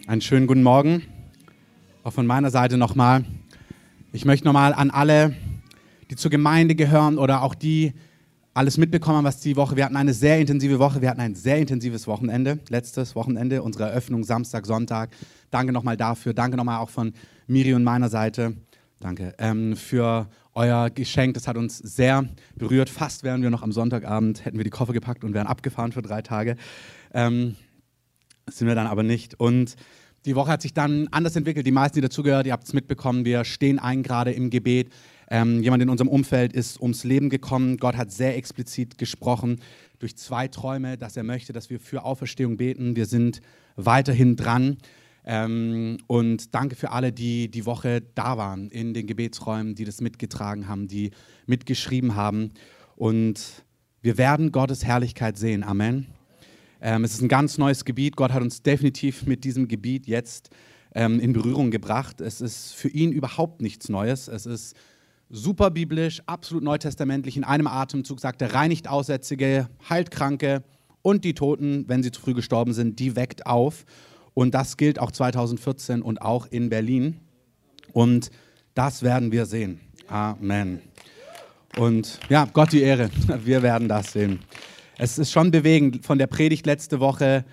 Einen schönen guten Morgen, auch von meiner Seite nochmal. Ich möchte nochmal an alle, die zur Gemeinde gehören oder auch die alles mitbekommen haben, was die Woche, wir hatten eine sehr intensive Woche, wir hatten ein sehr intensives Wochenende, letztes Wochenende, unsere Eröffnung Samstag, Sonntag. Danke nochmal dafür, danke nochmal auch von Miri und meiner Seite, danke, für euer Geschenk, das hat uns sehr berührt. Fast wären wir noch am Sonntagabend, hätten wir die Koffer gepackt und wären abgefahren für 3 Tage. Sind wir dann aber nicht. Und die Woche hat sich dann anders entwickelt. Die meisten, die dazugehört, ihr habt es mitbekommen, wir stehen ein gerade im Gebet. Jemand in unserem Umfeld ist ums Leben gekommen. Gott hat sehr explizit gesprochen durch 2 Träume, dass er möchte, dass wir für Auferstehung beten. Wir sind weiterhin dran. Und danke für alle, die die Woche da waren in den Gebetsräumen, die das mitgetragen haben, die mitgeschrieben haben. Und wir werden Gottes Herrlichkeit sehen. Amen. Es ist ein ganz neues Gebiet. Gott hat uns definitiv mit diesem Gebiet jetzt in Berührung gebracht. Es ist für ihn überhaupt nichts Neues. Es ist super biblisch, absolut neutestamentlich. In einem Atemzug sagt er, reinigt Aussätzige, heilt Kranke und die Toten, wenn sie zu früh gestorben sind, die weckt auf. Und das gilt auch 2014 und auch in Berlin. Und das werden wir sehen. Amen. Und ja, Gott die Ehre. Wir werden das sehen. Es ist schon bewegend von der Predigt letzte Woche,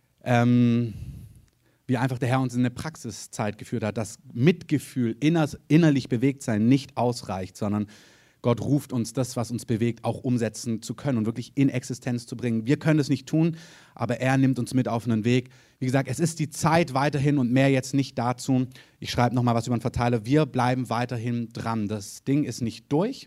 wie einfach der Herr uns in eine Praxiszeit geführt hat, dass Mitgefühl, innerlich bewegt sein nicht ausreicht, sondern Gott ruft uns das, was uns bewegt, auch umsetzen zu können und wirklich in Existenz zu bringen. Wir können es nicht tun, aber er nimmt uns mit auf einen Weg. Wie gesagt, es ist die Zeit weiterhin und mehr jetzt nicht dazu. Ich schreibe nochmal was über den Verteiler. Wir bleiben weiterhin dran. Das Ding ist nicht durch.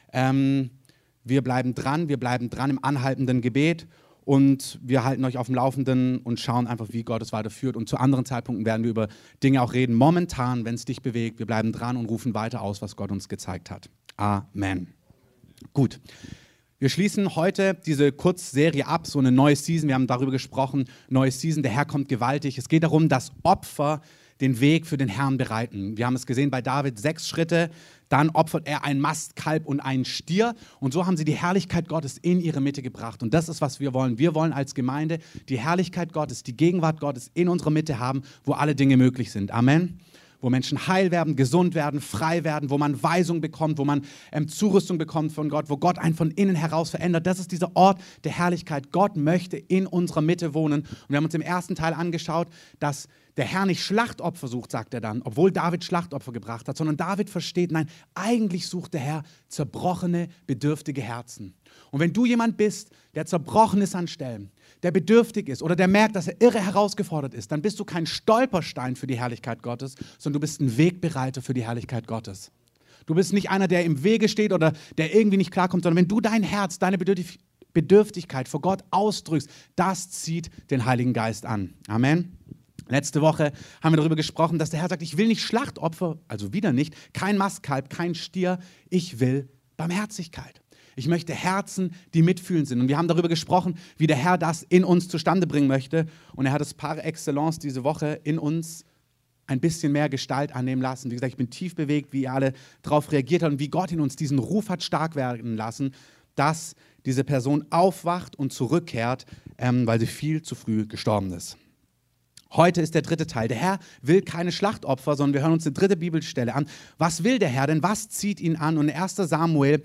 Wir bleiben dran im anhaltenden Gebet und wir halten euch auf dem Laufenden und schauen einfach, wie Gott es weiterführt. Und zu anderen Zeitpunkten werden wir über Dinge auch reden. Momentan, wenn es dich bewegt, wir bleiben dran und rufen weiter aus, was Gott uns gezeigt hat. Amen. Gut. Wir schließen heute diese Kurzserie ab, so eine neue Season. Wir haben darüber gesprochen, neue Season, der Herr kommt gewaltig. Es geht darum, dass Opfer den Weg für den Herrn bereiten. Wir haben es gesehen bei David, 6 Schritte, dann opfert er ein Mastkalb und einen Stier und so haben sie die Herrlichkeit Gottes in ihre Mitte gebracht und das ist, was wir wollen. Wir wollen als Gemeinde die Herrlichkeit Gottes, die Gegenwart Gottes in unserer Mitte haben, wo alle Dinge möglich sind. Amen. Wo Menschen heil werden, gesund werden, frei werden, wo man Weisung bekommt, wo man Zurüstung bekommt von Gott, wo Gott einen von innen heraus verändert. Das ist dieser Ort der Herrlichkeit. Gott möchte in unserer Mitte wohnen. Und wir haben uns im ersten Teil angeschaut, dass der Herr nicht Schlachtopfer sucht, sagt er dann, obwohl David Schlachtopfer gebracht hat, sondern David versteht, nein, eigentlich sucht der Herr zerbrochene, bedürftige Herzen. Und wenn du jemand bist, der zerbrochen ist an Stellen, der bedürftig ist oder der merkt, dass er irre herausgefordert ist, dann bist du kein Stolperstein für die Herrlichkeit Gottes, sondern du bist ein Wegbereiter für die Herrlichkeit Gottes. Du bist nicht einer, der im Wege steht oder der irgendwie nicht klarkommt, sondern wenn du dein Herz, deine Bedürftigkeit vor Gott ausdrückst, das zieht den Heiligen Geist an. Amen. Letzte Woche haben wir darüber gesprochen, dass der Herr sagt, ich will nicht Schlachtopfer, also wieder nicht, kein Mastkalb, kein Stier, ich will Barmherzigkeit. Ich möchte Herzen, die mitfühlend sind. Und wir haben darüber gesprochen, wie der Herr das in uns zustande bringen möchte. Und er hat es par excellence diese Woche in uns ein bisschen mehr Gestalt annehmen lassen. Wie gesagt, ich bin tief bewegt, wie ihr alle darauf reagiert habt und wie Gott in uns diesen Ruf hat stark werden lassen, dass diese Person aufwacht und zurückkehrt, weil sie viel zu früh gestorben ist. Heute ist der 3. Teil. Der Herr will keine Schlachtopfer, sondern wir hören uns die 3. Bibelstelle an. Was will der Herr denn? Was zieht ihn an? Und in 1. Samuel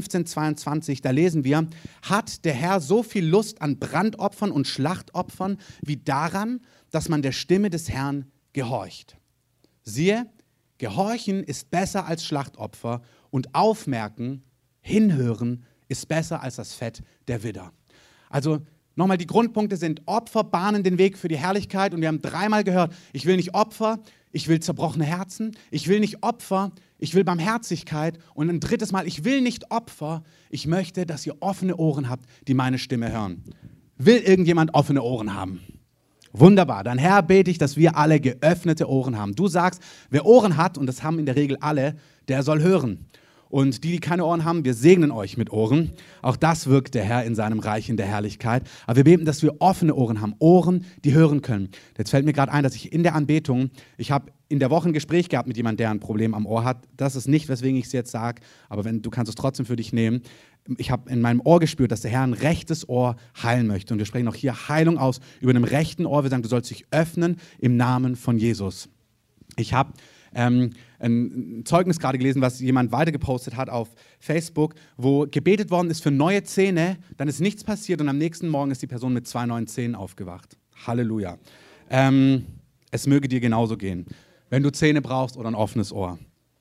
15,22, da lesen wir, hat der Herr so viel Lust an Brandopfern und Schlachtopfern wie daran, dass man der Stimme des Herrn gehorcht. Siehe, Gehorchen ist besser als Schlachtopfer und Aufmerken, Hinhören ist besser als das Fett der Widder. Also nochmal, die Grundpunkte sind, Opfer bahnen den Weg für die Herrlichkeit und wir haben 3-mal gehört, ich will nicht Opfer, ich will zerbrochene Herzen, ich will nicht Opfer, ich will Barmherzigkeit und ein 3. Mal, ich will nicht Opfer, ich möchte, dass ihr offene Ohren habt, die meine Stimme hören. Will irgendjemand offene Ohren haben? Wunderbar, dann Herr, bete ich, dass wir alle geöffnete Ohren haben. Du sagst, wer Ohren hat, und das haben in der Regel alle, der soll hören. Und die keine Ohren haben, wir segnen euch mit Ohren. Auch das wirkt der Herr in seinem Reich in der Herrlichkeit. Aber wir beten, dass wir offene Ohren haben, Ohren, die hören können. Jetzt fällt mir gerade ein, dass ich in der Anbetung, ich habe in der Woche ein Gespräch gehabt mit jemandem, der ein Problem am Ohr hat. Das ist nicht, weswegen ich es jetzt sage, aber du kannst es trotzdem für dich nehmen. Ich habe in meinem Ohr gespürt, dass der Herr ein rechtes Ohr heilen möchte. Und wir sprechen auch hier Heilung aus über einem rechten Ohr. Wir sagen, du sollst dich öffnen im Namen von Jesus. Ich habe ein Zeugnis gerade gelesen, was jemand weitergepostet hat auf Facebook, wo gebetet worden ist für neue Zähne, dann ist nichts passiert und am nächsten Morgen ist die Person mit 2 neuen Zähnen aufgewacht. Halleluja. Es möge dir genauso gehen, wenn du Zähne brauchst oder ein offenes Ohr.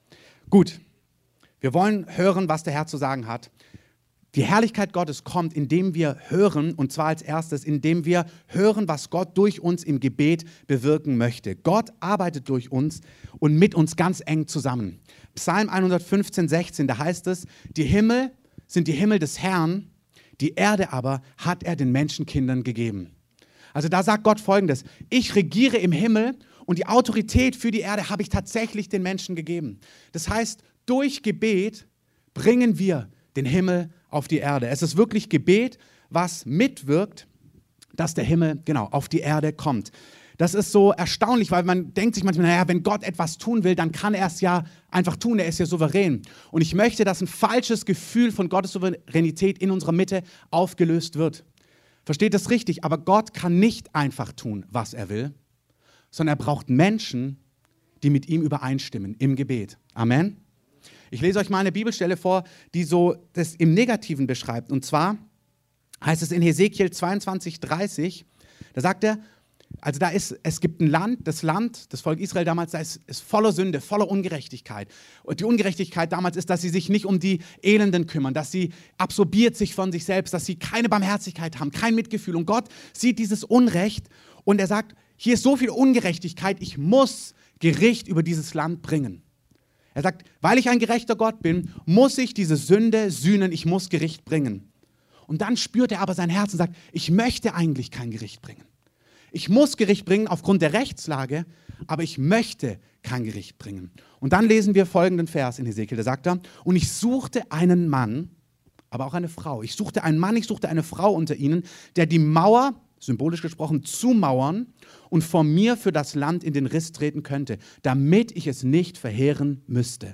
Gut, wir wollen hören, was der Herr zu sagen hat. Die Herrlichkeit Gottes kommt, indem wir hören, und zwar als erstes, indem wir hören, was Gott durch uns im Gebet bewirken möchte. Gott arbeitet durch uns und mit uns ganz eng zusammen. Psalm 115, 16, da heißt es, die Himmel sind die Himmel des Herrn, die Erde aber hat er den Menschenkindern gegeben. Also da sagt Gott Folgendes, ich regiere im Himmel und die Autorität für die Erde habe ich tatsächlich den Menschen gegeben. Das heißt, durch Gebet bringen wir den Himmel auf die Erde. Es ist wirklich Gebet, was mitwirkt, dass der Himmel auf die Erde kommt. Das ist so erstaunlich, weil man denkt sich manchmal, naja, wenn Gott etwas tun will, dann kann er es ja einfach tun, er ist ja souverän. Und ich möchte, dass ein falsches Gefühl von Gottes Souveränität in unserer Mitte aufgelöst wird. Versteht das richtig? Aber Gott kann nicht einfach tun, was er will, sondern er braucht Menschen, die mit ihm übereinstimmen im Gebet. Amen. Ich lese euch mal eine Bibelstelle vor, die so das im Negativen beschreibt. Und zwar heißt es in Hesekiel 22, 30, da sagt er, also es gibt ein Land, das Volk Israel damals, da ist voller Sünde, voller Ungerechtigkeit. Und die Ungerechtigkeit damals ist, dass sie sich nicht um die Elenden kümmern, dass sie absorbiert sich von sich selbst, dass sie keine Barmherzigkeit haben, kein Mitgefühl. Und Gott sieht dieses Unrecht und er sagt, hier ist so viel Ungerechtigkeit, ich muss Gericht über dieses Land bringen. Er sagt, weil ich ein gerechter Gott bin, muss ich diese Sünde sühnen, ich muss Gericht bringen. Und dann spürt er aber sein Herz und sagt, ich möchte eigentlich kein Gericht bringen. Ich muss Gericht bringen aufgrund der Rechtslage, aber ich möchte kein Gericht bringen. Und dann lesen wir folgenden Vers in Hesekiel, da sagt er, und ich suchte einen Mann, aber auch eine Frau. Ich suchte einen Mann, ich suchte eine Frau unter ihnen, der die Mauer, symbolisch gesprochen, zumauern und vor mir für das Land in den Riss treten könnte, damit ich es nicht verheeren müsste.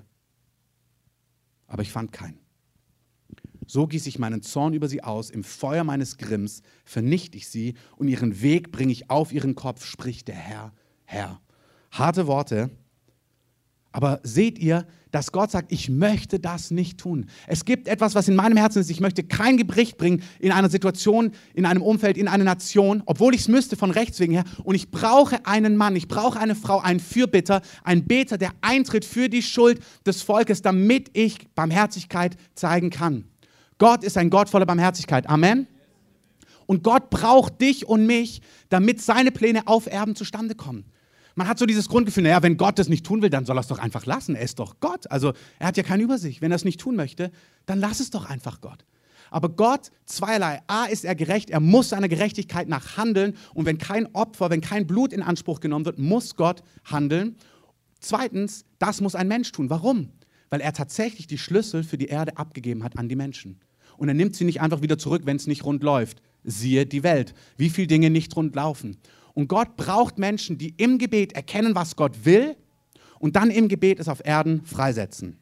Aber ich fand keinen. So gieße ich meinen Zorn über sie aus, im Feuer meines Grimms vernichte ich sie und ihren Weg bringe ich auf ihren Kopf, spricht der Herr, Herr. Harte Worte, aber seht ihr, dass Gott sagt, ich möchte das nicht tun. Es gibt etwas, was in meinem Herzen ist, ich möchte kein Gericht bringen in einer Situation, in einem Umfeld, in einer Nation, obwohl ich es müsste von Rechts wegen her. Und ich brauche einen Mann, ich brauche eine Frau, einen Fürbitter, einen Beter, der eintritt für die Schuld des Volkes, damit ich Barmherzigkeit zeigen kann. Gott ist ein Gott voller Barmherzigkeit. Amen. Und Gott braucht dich und mich, damit seine Pläne auf Erden zustande kommen. Man hat so dieses Grundgefühl, naja, wenn Gott das nicht tun will, dann soll er es doch einfach lassen. Er ist doch Gott. Also er hat ja keine Übersicht. Wenn er es nicht tun möchte, dann lass es doch einfach Gott. Aber Gott, zweierlei. A, ist er gerecht, er muss seiner Gerechtigkeit nach handeln. Und wenn kein Opfer, wenn kein Blut in Anspruch genommen wird, muss Gott handeln. Zweitens, das muss ein Mensch tun. Warum? Weil er tatsächlich die Schlüssel für die Erde abgegeben hat an die Menschen. Und er nimmt sie nicht einfach wieder zurück, wenn es nicht rund läuft. Siehe die Welt, wie viele Dinge nicht rund laufen. Und Gott braucht Menschen, die im Gebet erkennen, was Gott will und dann im Gebet es auf Erden freisetzen.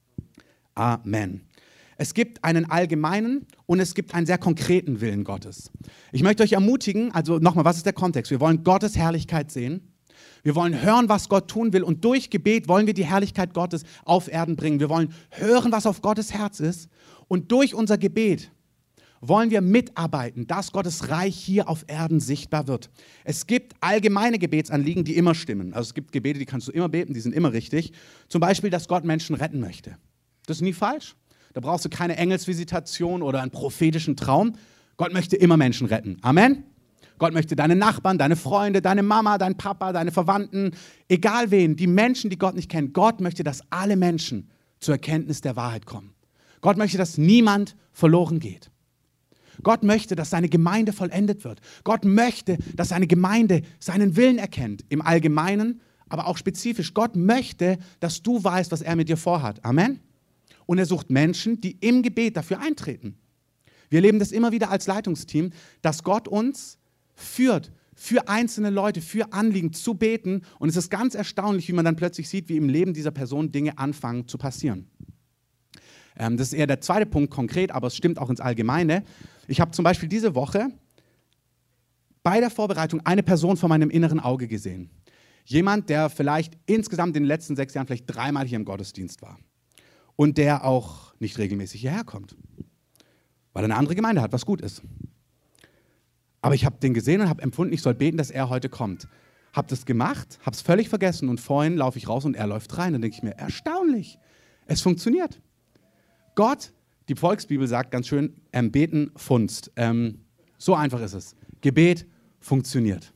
Amen. Es gibt einen allgemeinen und es gibt einen sehr konkreten Willen Gottes. Ich möchte euch ermutigen, also nochmal, was ist der Kontext? Wir wollen Gottes Herrlichkeit sehen. Wir wollen hören, was Gott tun will und durch Gebet wollen wir die Herrlichkeit Gottes auf Erden bringen. Wir wollen hören, was auf Gottes Herz ist und durch unser Gebet wollen wir mitarbeiten, dass Gottes Reich hier auf Erden sichtbar wird. Es gibt allgemeine Gebetsanliegen, die immer stimmen. Also es gibt Gebete, die kannst du immer beten, die sind immer richtig. Zum Beispiel, dass Gott Menschen retten möchte. Das ist nie falsch. Da brauchst du keine Engelsvisitation oder einen prophetischen Traum. Gott möchte immer Menschen retten. Amen. Gott möchte deine Nachbarn, deine Freunde, deine Mama, dein Papa, deine Verwandten, egal wen, die Menschen, die Gott nicht kennen. Gott möchte, dass alle Menschen zur Erkenntnis der Wahrheit kommen. Gott möchte, dass niemand verloren geht. Gott möchte, dass seine Gemeinde vollendet wird. Gott möchte, dass seine Gemeinde seinen Willen erkennt, im Allgemeinen, aber auch spezifisch. Gott möchte, dass du weißt, was er mit dir vorhat. Amen. und er sucht Menschen, die im Gebet dafür eintreten. Wir erleben das immer wieder als Leitungsteam, dass Gott uns führt, für einzelne Leute, für Anliegen zu beten. Und es ist ganz erstaunlich, wie man dann plötzlich sieht, wie im Leben dieser Person Dinge anfangen zu passieren. Das ist eher der zweite Punkt konkret, aber es stimmt auch ins Allgemeine. Ich habe zum Beispiel diese Woche bei der Vorbereitung eine Person vor meinem inneren Auge gesehen. Jemand, der vielleicht insgesamt in den letzten 6 Jahren vielleicht 3-mal hier im Gottesdienst war. Und der auch nicht regelmäßig hierher kommt. Weil er eine andere Gemeinde hat, was gut ist. Aber ich habe den gesehen und habe empfunden, ich soll beten, dass er heute kommt. Habe das gemacht, habe es völlig vergessen und vorhin laufe ich raus und er läuft rein. Dann denke ich mir, erstaunlich, es funktioniert. Gott, die Volksbibel sagt ganz schön, beten funzt. So einfach ist es. Gebet funktioniert.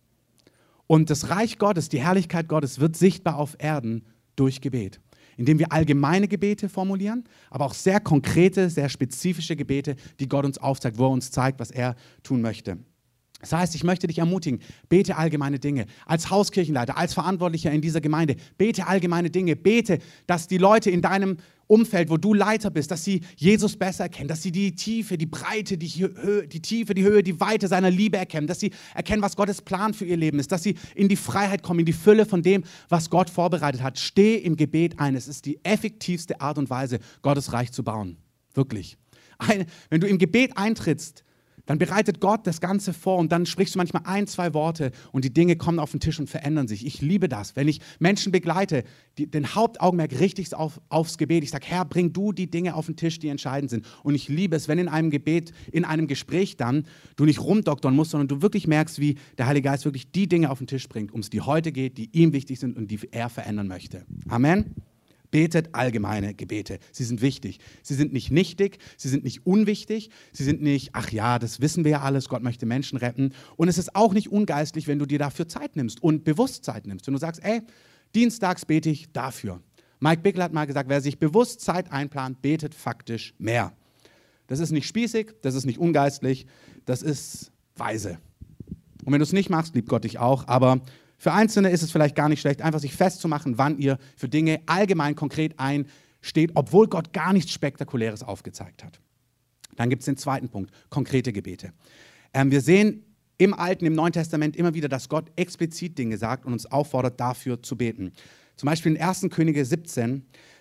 Und das Reich Gottes, die Herrlichkeit Gottes wird sichtbar auf Erden durch Gebet. Indem wir allgemeine Gebete formulieren, aber auch sehr konkrete, sehr spezifische Gebete, die Gott uns aufzeigt, wo er uns zeigt, was er tun möchte. Das heißt, ich möchte dich ermutigen, bete allgemeine Dinge. Als Hauskirchenleiter, als Verantwortlicher in dieser Gemeinde, bete allgemeine Dinge. Bete, dass die Leute in deinem Umfeld, wo du Leiter bist, dass sie Jesus besser erkennen, dass sie die Tiefe, die Breite, die Tiefe, die Höhe, die Weite seiner Liebe erkennen, dass sie erkennen, was Gottes Plan für ihr Leben ist, dass sie in die Freiheit kommen, in die Fülle von dem, was Gott vorbereitet hat. Steh im Gebet ein. Es ist die effektivste Art und Weise, Gottes Reich zu bauen. Wirklich. Wenn du im Gebet eintrittst, dann bereitet Gott das Ganze vor und dann sprichst du manchmal 1, 2 Worte und die Dinge kommen auf den Tisch und verändern sich. Ich liebe das, wenn ich Menschen begleite, den Hauptaugenmerk richtig aufs Gebet. Ich sage, Herr, bring du die Dinge auf den Tisch, die entscheidend sind. Und ich liebe es, wenn in einem Gebet, in einem Gespräch dann du nicht rumdoktern musst, sondern du wirklich merkst, wie der Heilige Geist wirklich die Dinge auf den Tisch bringt, um es die heute geht, die ihm wichtig sind und die er verändern möchte. Amen. Betet allgemeine Gebete. Sie sind wichtig. Sie sind nicht nichtig, sie sind nicht unwichtig, sie sind nicht, ach ja, das wissen wir ja alles, Gott möchte Menschen retten. Und es ist auch nicht ungeistlich, wenn du dir dafür Zeit nimmst und bewusst Zeit nimmst. Wenn du sagst, ey, dienstags bete ich dafür. Mike Bickler hat mal gesagt, wer sich bewusst Zeit einplant, betet faktisch mehr. Das ist nicht spießig, das ist nicht ungeistlich, das ist weise. Und wenn du es nicht machst, liebt Gott dich auch, aber für Einzelne ist es vielleicht gar nicht schlecht, einfach sich festzumachen, wann ihr für Dinge allgemein konkret einsteht, obwohl Gott gar nichts Spektakuläres aufgezeigt hat. Dann gibt es den zweiten Punkt, konkrete Gebete. Wir sehen im Alten, im Neuen Testament immer wieder, dass Gott explizit Dinge sagt und uns auffordert, dafür zu beten. Zum Beispiel in 1. Könige 17,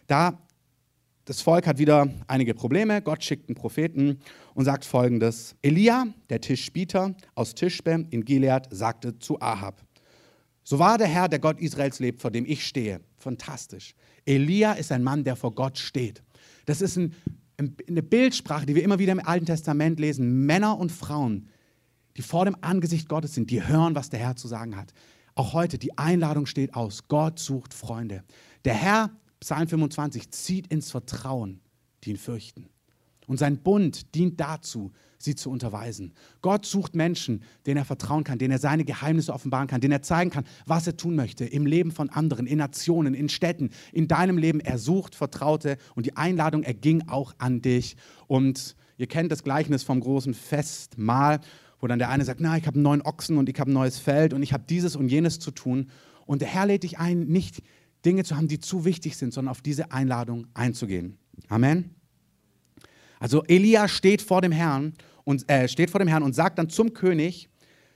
das Volk hat wieder einige Probleme. Gott schickt einen Propheten und sagt Folgendes. Elia, der Tischbieter aus Tischbe in Gilead, sagte zu Ahab, so wahr der Herr, der Gott Israels lebt, vor dem ich stehe. Fantastisch. Elia ist ein Mann, der vor Gott steht. Das ist eine Bildsprache, die wir immer wieder im Alten Testament lesen. Männer und Frauen, die vor dem Angesicht Gottes sind, die hören, was der Herr zu sagen hat. Auch heute, die Einladung steht aus. Gott sucht Freunde. Der Herr, Psalm 25, zieht ins Vertrauen, die ihn fürchten. Und sein Bund dient dazu, sie zu unterweisen. Gott sucht Menschen, denen er vertrauen kann, denen er seine Geheimnisse offenbaren kann, denen er zeigen kann, was er tun möchte im Leben von anderen, in Nationen, in Städten, in deinem Leben. Er sucht Vertraute und die Einladung erging auch an dich. Und ihr kennt das Gleichnis vom großen Festmahl, wo dann der eine sagt, na, ich habe einen neuen Ochsen und ich habe ein neues Feld und ich habe dieses und jenes zu tun. Und der Herr lädt dich ein, nicht Dinge zu haben, die zu wichtig sind, sondern auf diese Einladung einzugehen. Amen. Also Elia steht vor dem Herrn und sagt dann zum König,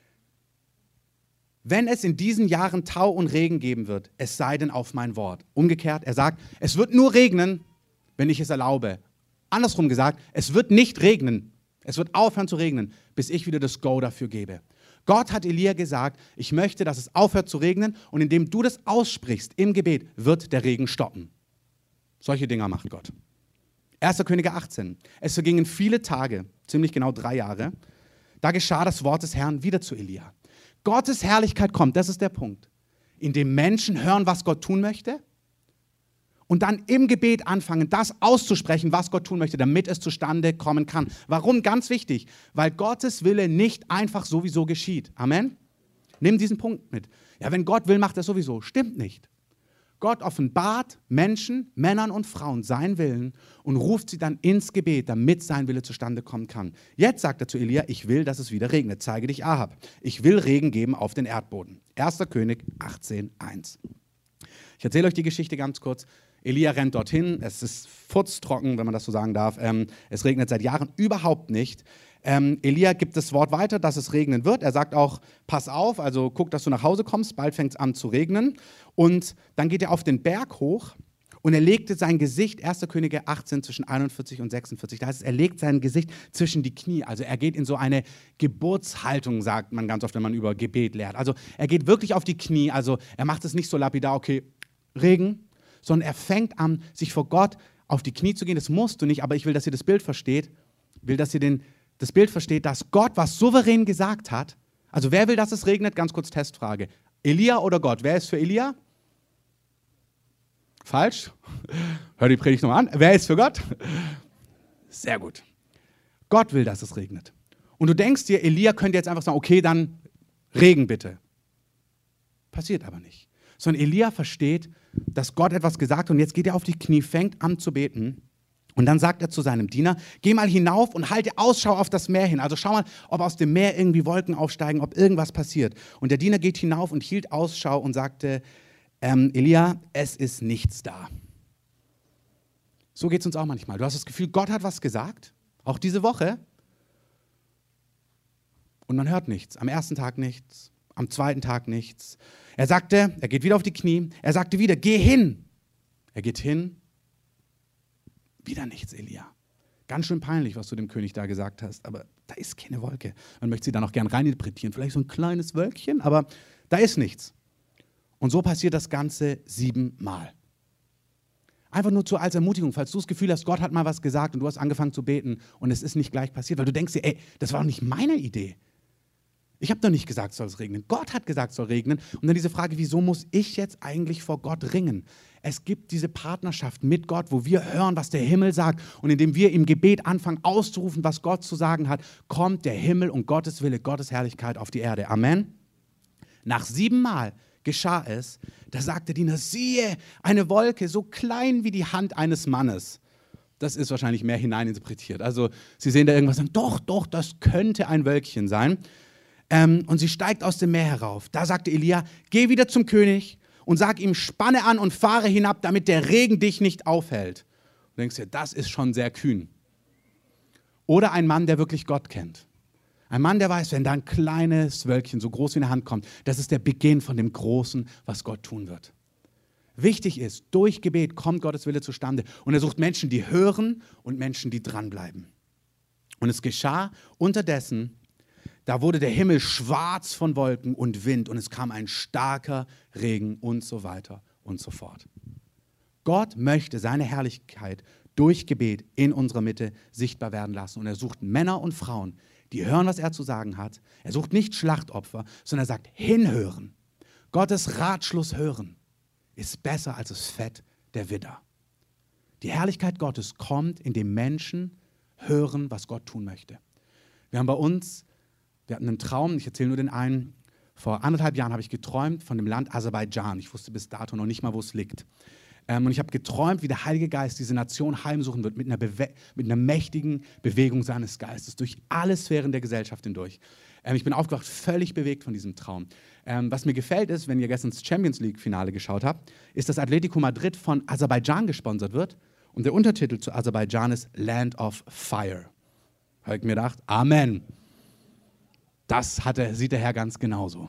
wenn es in diesen Jahren Tau und Regen geben wird, es sei denn auf mein Wort. Umgekehrt, er sagt, es wird nur regnen, wenn ich es erlaube. Andersrum gesagt, es wird nicht regnen, es wird aufhören zu regnen, bis ich wieder das Go dafür gebe. Gott hat Elia gesagt, ich möchte, dass es aufhört zu regnen und indem du das aussprichst im Gebet, wird der Regen stoppen. Solche Dinger macht Gott. 1. Könige 18. Es vergingen viele Tage, ziemlich genau 3 Jahre. Da geschah das Wort des Herrn wieder zu Elia. Gottes Herrlichkeit kommt, das ist der Punkt, indem Menschen hören, was Gott tun möchte und dann im Gebet anfangen, das auszusprechen, was Gott tun möchte, damit es zustande kommen kann. Warum? Ganz wichtig, weil Gottes Wille nicht einfach sowieso geschieht. Amen? Nimm diesen Punkt mit. Ja, wenn Gott will, macht er sowieso. Stimmt nicht. Gott offenbart Menschen, Männern und Frauen seinen Willen und ruft sie dann ins Gebet, damit sein Wille zustande kommen kann. Jetzt sagt er zu Elia, ich will, dass es wieder regnet. Zeige dich Ahab. Ich will Regen geben auf den Erdboden. 1. König 18,1. Ich erzähle euch die Geschichte ganz kurz. Elia rennt dorthin, es ist furztrocken, wenn man das so sagen darf. Es regnet seit Jahren überhaupt nicht. Elia gibt das Wort weiter, dass es regnen wird. Er sagt auch, pass auf, also guck, dass du nach Hause kommst, bald fängt es an zu regnen. Und dann geht er auf den Berg hoch und er legte sein Gesicht, 1. Könige 18, zwischen 41 und 46. Das heißt, er legt sein Gesicht zwischen die Knie. Also er geht in so eine Geburtshaltung, sagt man ganz oft, wenn man über Gebet lehrt. Also er geht wirklich auf die Knie, also er macht es nicht so lapidar, okay, Regen, sondern er fängt an, sich vor Gott auf die Knie zu gehen. Das musst du nicht, aber ich will, dass ihr das Bild versteht. Ich will, dass ihr das Bild versteht, dass Gott was souverän gesagt hat. Also wer will, dass es regnet? Ganz kurz Testfrage. Elia oder Gott? Wer ist für Elia? Falsch. Hör die Predigt nochmal an. Wer ist für Gott? Sehr gut. Gott will, dass es regnet. Und du denkst dir, Elia könnte jetzt einfach sagen, okay, dann Regen bitte. Passiert aber nicht. Sondern Elia versteht, dass Gott etwas gesagt hat und jetzt geht er auf die Knie, fängt an zu beten. Und dann sagt er zu seinem Diener, geh mal hinauf und halte Ausschau auf das Meer hin. Also schau mal, ob aus dem Meer irgendwie Wolken aufsteigen, ob irgendwas passiert. Und der Diener geht hinauf und hielt Ausschau und sagte, Elia, es ist nichts da. So geht es uns auch manchmal. Du hast das Gefühl, Gott hat was gesagt, auch diese Woche. Und man hört nichts. Am ersten Tag nichts, am zweiten Tag nichts. Er sagte, er geht wieder auf die Knie, er sagte wieder, geh hin. Er geht hin, wieder nichts, Elia. Ganz schön peinlich, was du dem König da gesagt hast, aber da ist keine Wolke. Man möchte sie da noch gern reininterpretieren, vielleicht so ein kleines Wölkchen, aber da ist nichts. Und so passiert das Ganze 7 Mal. Einfach nur als Ermutigung, falls du das Gefühl hast, Gott hat mal was gesagt und du hast angefangen zu beten und es ist nicht gleich passiert, weil du denkst dir, ey, das war doch nicht meine Idee. Ich habe doch nicht gesagt, soll es regnen. Gott hat gesagt, es soll regnen. Und dann diese Frage, wieso muss ich jetzt eigentlich vor Gott ringen? Es gibt diese Partnerschaft mit Gott, wo wir hören, was der Himmel sagt. Und indem wir im Gebet anfangen auszurufen, was Gott zu sagen hat, kommt der Himmel und Gottes Wille, Gottes Herrlichkeit auf die Erde. Amen. Nach 7 Mal geschah es, da sagte der Diener, siehe, eine Wolke, so klein wie die Hand eines Mannes. Das ist wahrscheinlich mehr hineininterpretiert. Also sie sehen da irgendwas und sagen, doch, das könnte ein Wölkchen sein. Und sie steigt aus dem Meer herauf. Da sagte Elia, geh wieder zum König und sag ihm, spanne an und fahre hinab, damit der Regen dich nicht aufhält. Du denkst dir, das ist schon sehr kühn. Oder ein Mann, der wirklich Gott kennt. Ein Mann, der weiß, wenn da ein kleines Wölkchen so groß wie eine Hand kommt, das ist der Beginn von dem Großen, was Gott tun wird. Wichtig ist, durch Gebet kommt Gottes Wille zustande. Und er sucht Menschen, die hören und Menschen, die dranbleiben. Und es geschah unterdessen, da wurde der Himmel schwarz von Wolken und Wind und es kam ein starker Regen und so weiter und so fort. Gott möchte seine Herrlichkeit durch Gebet in unserer Mitte sichtbar werden lassen. Und er sucht Männer und Frauen, die hören, was er zu sagen hat. Er sucht nicht Schlachtopfer, sondern er sagt, hinhören. Gottes Ratschluss hören ist besser als das Fett der Widder. Die Herrlichkeit Gottes kommt, indem Menschen hören, was Gott tun möchte. Wir hatten einen Traum, ich erzähle nur den einen. Vor 1,5 Jahren habe ich geträumt von dem Land Aserbaidschan. Ich wusste bis dato noch nicht mal, wo es liegt. Und ich habe geträumt, wie der Heilige Geist diese Nation heimsuchen wird mit einer mächtigen Bewegung seines Geistes durch alle Sphären der Gesellschaft hindurch. Ich bin aufgewacht, völlig bewegt von diesem Traum. Was mir gefällt ist, wenn ihr gestern das Champions League-Finale geschaut habt, ist, dass Atletico Madrid von Aserbaidschan gesponsert wird und der Untertitel zu Aserbaidschan ist Land of Fire. Habe ich mir gedacht, Amen. Das sieht der Herr ganz genauso.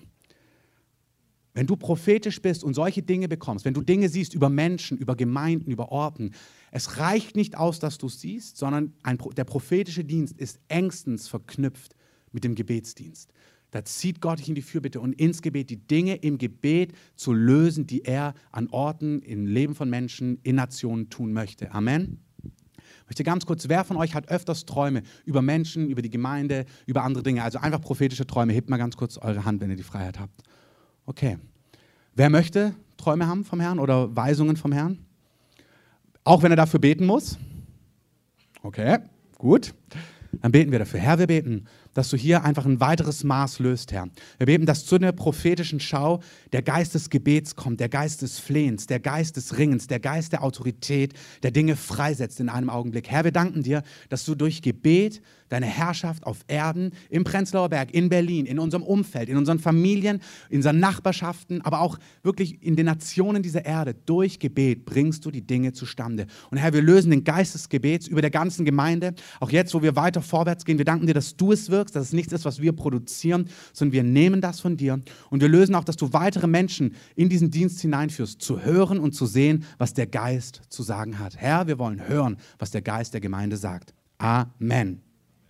Wenn du prophetisch bist und solche Dinge bekommst, wenn du Dinge siehst über Menschen, über Gemeinden, über Orten, es reicht nicht aus, dass du es siehst, sondern der prophetische Dienst ist engstens verknüpft mit dem Gebetsdienst. Da zieht Gott dich in die Fürbitte und ins Gebet, die Dinge im Gebet zu lösen, die er an Orten, im Leben von Menschen, in Nationen tun möchte. Amen. Ich möchte ganz kurz, wer von euch hat öfters Träume über Menschen, über die Gemeinde, über andere Dinge? Also einfach prophetische Träume. Hebt mal ganz kurz eure Hand, wenn ihr die Freiheit habt. Okay. Wer möchte Träume haben vom Herrn oder Weisungen vom Herrn? Auch wenn er dafür beten muss? Okay, gut. Dann beten wir dafür. Herr, wir beten, dass du hier einfach ein weiteres Maß löst, Herr. Wir beten, dass zu einer prophetischen Schau der Geist des Gebets kommt, der Geist des Flehens, der Geist des Ringens, der Geist der Autorität, der Dinge freisetzt in einem Augenblick. Herr, wir danken dir, dass du durch Gebet deine Herrschaft auf Erden, im Prenzlauer Berg, in Berlin, in unserem Umfeld, in unseren Familien, in unseren Nachbarschaften, aber auch wirklich in den Nationen dieser Erde, durch Gebet bringst du die Dinge zustande. Und Herr, wir lösen den Geist des Gebets über der ganzen Gemeinde, auch jetzt, wo wir weiter vorwärts gehen. Wir danken dir, dass du es wirkst, dass es nichts ist, was wir produzieren, sondern wir nehmen das von dir. Und wir lösen auch, dass du weitere Menschen in diesen Dienst hineinführst, zu hören und zu sehen, was der Geist zu sagen hat. Herr, wir wollen hören, was der Geist der Gemeinde sagt. Amen.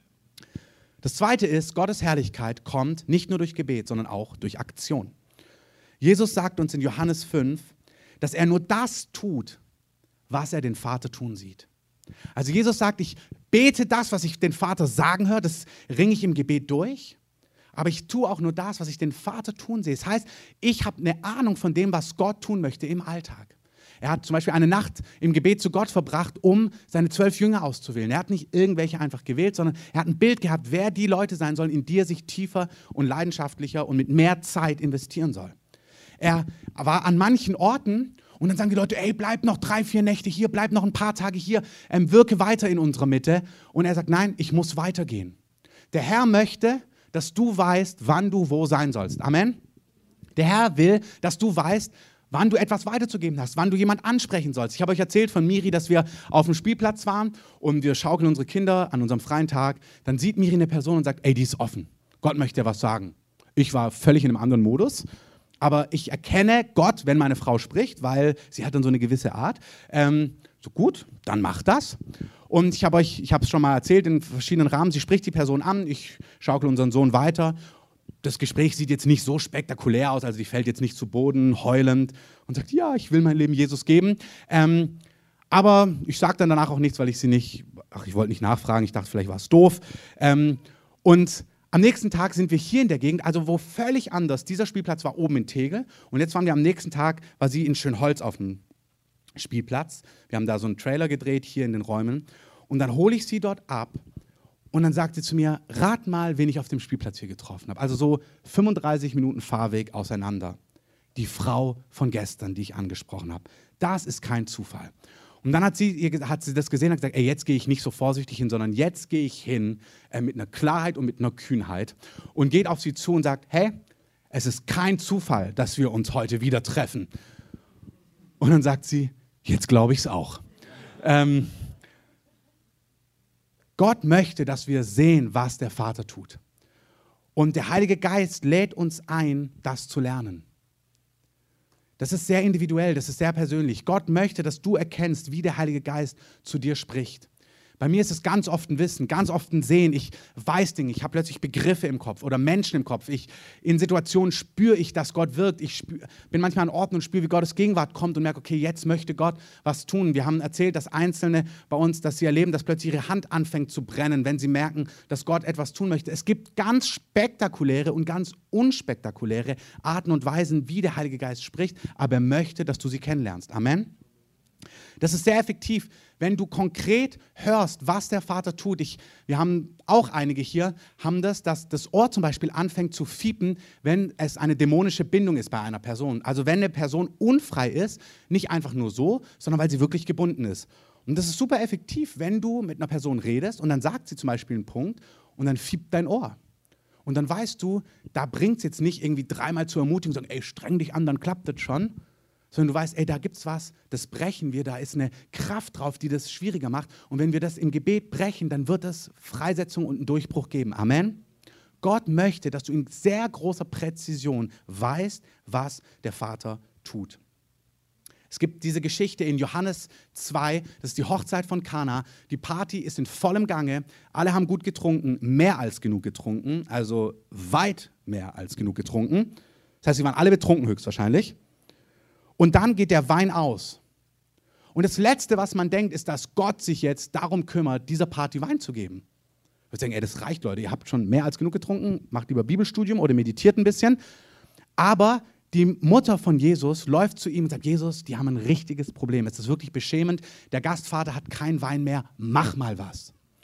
Das Zweite ist, Gottes Herrlichkeit kommt nicht nur durch Gebet, sondern auch durch Aktion. Jesus sagt uns in Johannes 5, dass er nur das tut, was er den Vater tun sieht. Also Jesus sagt, ich bete das, was ich den Vater sagen höre, das ringe ich im Gebet durch, aber ich tue auch nur das, was ich den Vater tun sehe. Das heißt, ich habe eine Ahnung von dem, was Gott tun möchte im Alltag. Er hat zum Beispiel eine Nacht im Gebet zu Gott verbracht, um seine 12 Jünger auszuwählen. Er hat nicht irgendwelche einfach gewählt, sondern er hat ein Bild gehabt, wer die Leute sein sollen, in die er sich tiefer und leidenschaftlicher und mit mehr Zeit investieren soll. Er war an manchen Orten und dann sagen die Leute, ey, bleib noch 3, 4 Nächte hier, bleib noch ein paar Tage hier, wirke weiter in unserer Mitte. Und er sagt, nein, ich muss weitergehen. Der Herr möchte, dass du weißt, wann du wo sein sollst. Amen. Der Herr will, dass du weißt, wann du etwas weiterzugeben hast, wann du jemand ansprechen sollst. Ich habe euch erzählt von Miri, dass wir auf dem Spielplatz waren und wir schaukeln unsere Kinder an unserem freien Tag. Dann sieht Miri eine Person und sagt, ey, die ist offen. Gott möchte dir was sagen. Ich war völlig in einem anderen Modus, aber ich erkenne Gott, wenn meine Frau spricht, weil sie hat dann so eine gewisse Art. So gut, dann mach das. Und ich habe es schon mal erzählt in verschiedenen Rahmen, sie spricht die Person an, ich schaukel unseren Sohn weiter. Das Gespräch sieht jetzt nicht so spektakulär aus, also die fällt jetzt nicht zu Boden, heulend und sagt, ja, ich will mein Leben Jesus geben. Aber ich sage dann danach auch nichts, weil ich ich wollte nicht nachfragen, ich dachte, vielleicht war es doof. Und am nächsten Tag sind wir hier in der Gegend, also wo völlig anders. Dieser Spielplatz war oben in Tegel und jetzt waren wir am nächsten Tag, war sie in Schönholz auf dem Spielplatz. Wir haben da so einen Trailer gedreht, hier in den Räumen. Und dann hole ich sie dort ab. Und dann sagt sie zu mir, rat mal, wen ich auf dem Spielplatz hier getroffen habe. Also so 35 Minuten Fahrweg auseinander. Die Frau von gestern, die ich angesprochen habe. Das ist kein Zufall. Und dann hat sie das gesehen und gesagt, ey, jetzt gehe ich nicht so vorsichtig hin, sondern jetzt gehe ich hin mit einer Klarheit und mit einer Kühnheit und geht auf sie zu und sagt, hey, es ist kein Zufall, dass wir uns heute wieder treffen. Und dann sagt sie, jetzt glaube ich es auch. Gott möchte, dass wir sehen, was der Vater tut. Und der Heilige Geist lädt uns ein, das zu lernen. Das ist sehr individuell, das ist sehr persönlich. Gott möchte, dass du erkennst, wie der Heilige Geist zu dir spricht. Bei mir ist es ganz oft ein Wissen, ganz oft ein Sehen. Ich weiß Dinge, ich habe plötzlich Begriffe im Kopf oder Menschen im Kopf. In Situationen spüre ich, dass Gott wirkt. Ich bin manchmal an Orten und spüre, wie Gottes Gegenwart kommt und merke, okay, jetzt möchte Gott was tun. Wir haben erzählt, dass Einzelne bei uns, dass sie erleben, dass plötzlich ihre Hand anfängt zu brennen, wenn sie merken, dass Gott etwas tun möchte. Es gibt ganz spektakuläre und ganz unspektakuläre Arten und Weisen, wie der Heilige Geist spricht, aber er möchte, dass du sie kennenlernst. Amen. Das ist sehr effektiv, wenn du konkret hörst, was der Vater tut. Wir haben auch einige hier, haben dass das Ohr zum Beispiel anfängt zu fiepen, wenn es eine dämonische Bindung ist bei einer Person. Also wenn eine Person unfrei ist, nicht einfach nur so, sondern weil sie wirklich gebunden ist. Und das ist super effektiv, wenn du mit einer Person redest und dann sagt sie zum Beispiel einen Punkt und dann fiebt dein Ohr. Und dann weißt du, da bringt es jetzt nicht irgendwie 3-mal zur Ermutigung, sagen, ey, streng dich an, dann klappt das schon. Sondern du weißt, ey, da gibt's was, das brechen wir, da ist eine Kraft drauf, die das schwieriger macht. Und wenn wir das im Gebet brechen, dann wird es Freisetzung und einen Durchbruch geben. Amen. Gott möchte, dass du in sehr großer Präzision weißt, was der Vater tut. Es gibt diese Geschichte in Johannes 2, das ist die Hochzeit von Kana. Die Party ist in vollem Gange, alle haben gut getrunken, mehr als genug getrunken, also weit mehr als genug getrunken. Das heißt, sie waren alle betrunken höchstwahrscheinlich. Und dann geht der Wein aus. Und das Letzte, was man denkt, ist, dass Gott sich jetzt darum kümmert, dieser Party Wein zu geben. Wir denken, ey, das reicht, Leute, ihr habt schon mehr als genug getrunken, macht lieber Bibelstudium oder meditiert ein bisschen. Aber die Mutter von Jesus läuft zu ihm und sagt, Jesus, die haben ein richtiges Problem. Es ist wirklich beschämend, der Gastvater hat keinen Wein mehr, mach mal was.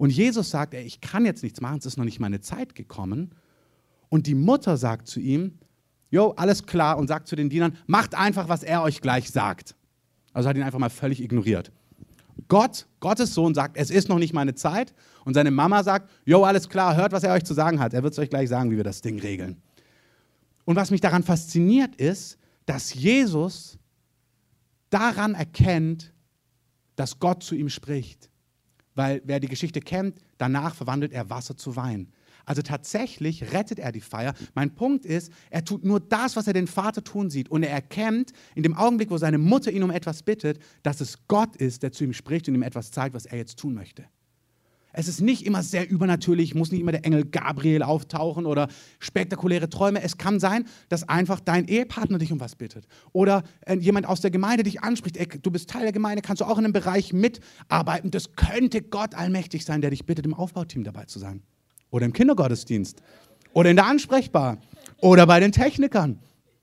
Und Jesus sagt, ey, ich kann jetzt nichts machen, es ist noch nicht meine Zeit gekommen. Und die Mutter sagt zu ihm, jo, alles klar, und sagt zu den Dienern, macht einfach, was er euch gleich sagt. Also hat ihn einfach mal völlig ignoriert. Gottes Sohn sagt, es ist noch nicht meine Zeit. Und seine Mama sagt, jo, alles klar, hört, was er euch zu sagen hat. Er wird es euch gleich sagen, wie wir das Ding regeln. Und was mich daran fasziniert ist, dass Jesus daran erkennt, dass Gott zu ihm spricht. Weil wer die Geschichte kennt, danach verwandelt er Wasser zu Wein. Also tatsächlich rettet er die Feier. Mein Punkt ist, er tut nur das, was er den Vater tun sieht. Und er erkennt in dem Augenblick, wo seine Mutter ihn um etwas bittet, dass es Gott ist, der zu ihm spricht und ihm etwas zeigt, was er jetzt tun möchte. Es ist nicht immer sehr übernatürlich, muss nicht immer der Engel Gabriel auftauchen oder spektakuläre Träume. Es kann sein, dass einfach dein Ehepartner dich um was bittet. Oder jemand aus der Gemeinde dich anspricht. Ey, du bist Teil der Gemeinde, kannst du auch in einem Bereich mitarbeiten. Das könnte Gott allmächtig sein, der dich bittet, im Aufbauteam dabei zu sein. Oder im Kindergottesdienst. Oder in der Ansprechbar. Oder bei den Technikern.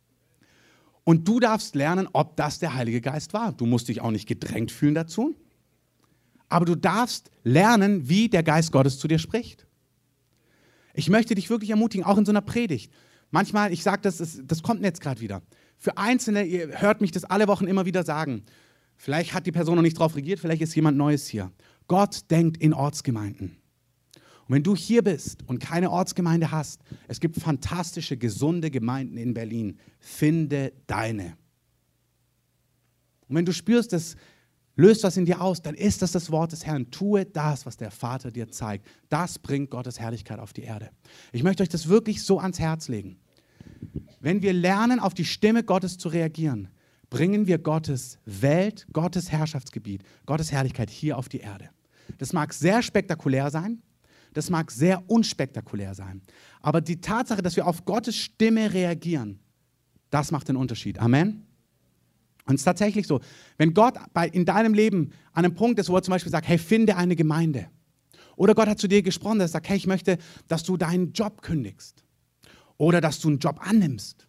Und du darfst lernen, ob das der Heilige Geist war. Du musst dich auch nicht gedrängt fühlen dazu. Aber du darfst lernen, wie der Geist Gottes zu dir spricht. Ich möchte dich wirklich ermutigen, auch in so einer Predigt. Manchmal, ich sage das kommt jetzt gerade wieder. Für Einzelne, ihr hört mich das alle Wochen immer wieder sagen. Vielleicht hat die Person noch nicht drauf reagiert, vielleicht ist jemand Neues hier. Gott denkt in Ortsgemeinden. Und wenn du hier bist und keine Ortsgemeinde hast, es gibt fantastische, gesunde Gemeinden in Berlin. Finde deine. Und wenn du spürst, das löst was in dir aus, dann ist das Wort des Herrn. Tue das, was der Vater dir zeigt. Das bringt Gottes Herrlichkeit auf die Erde. Ich möchte euch das wirklich so ans Herz legen. Wenn wir lernen, auf die Stimme Gottes zu reagieren, bringen wir Gottes Welt, Gottes Herrschaftsgebiet, Gottes Herrlichkeit hier auf die Erde. Das mag sehr spektakulär sein, das mag sehr unspektakulär sein. Aber die Tatsache, dass wir auf Gottes Stimme reagieren, das macht den Unterschied. Amen? Und es ist tatsächlich so, wenn Gott in deinem Leben an einem Punkt ist, wo er zum Beispiel sagt, hey, finde eine Gemeinde. Oder Gott hat zu dir gesprochen, dass er sagt, hey, ich möchte, dass du deinen Job kündigst. Oder dass du einen Job annimmst.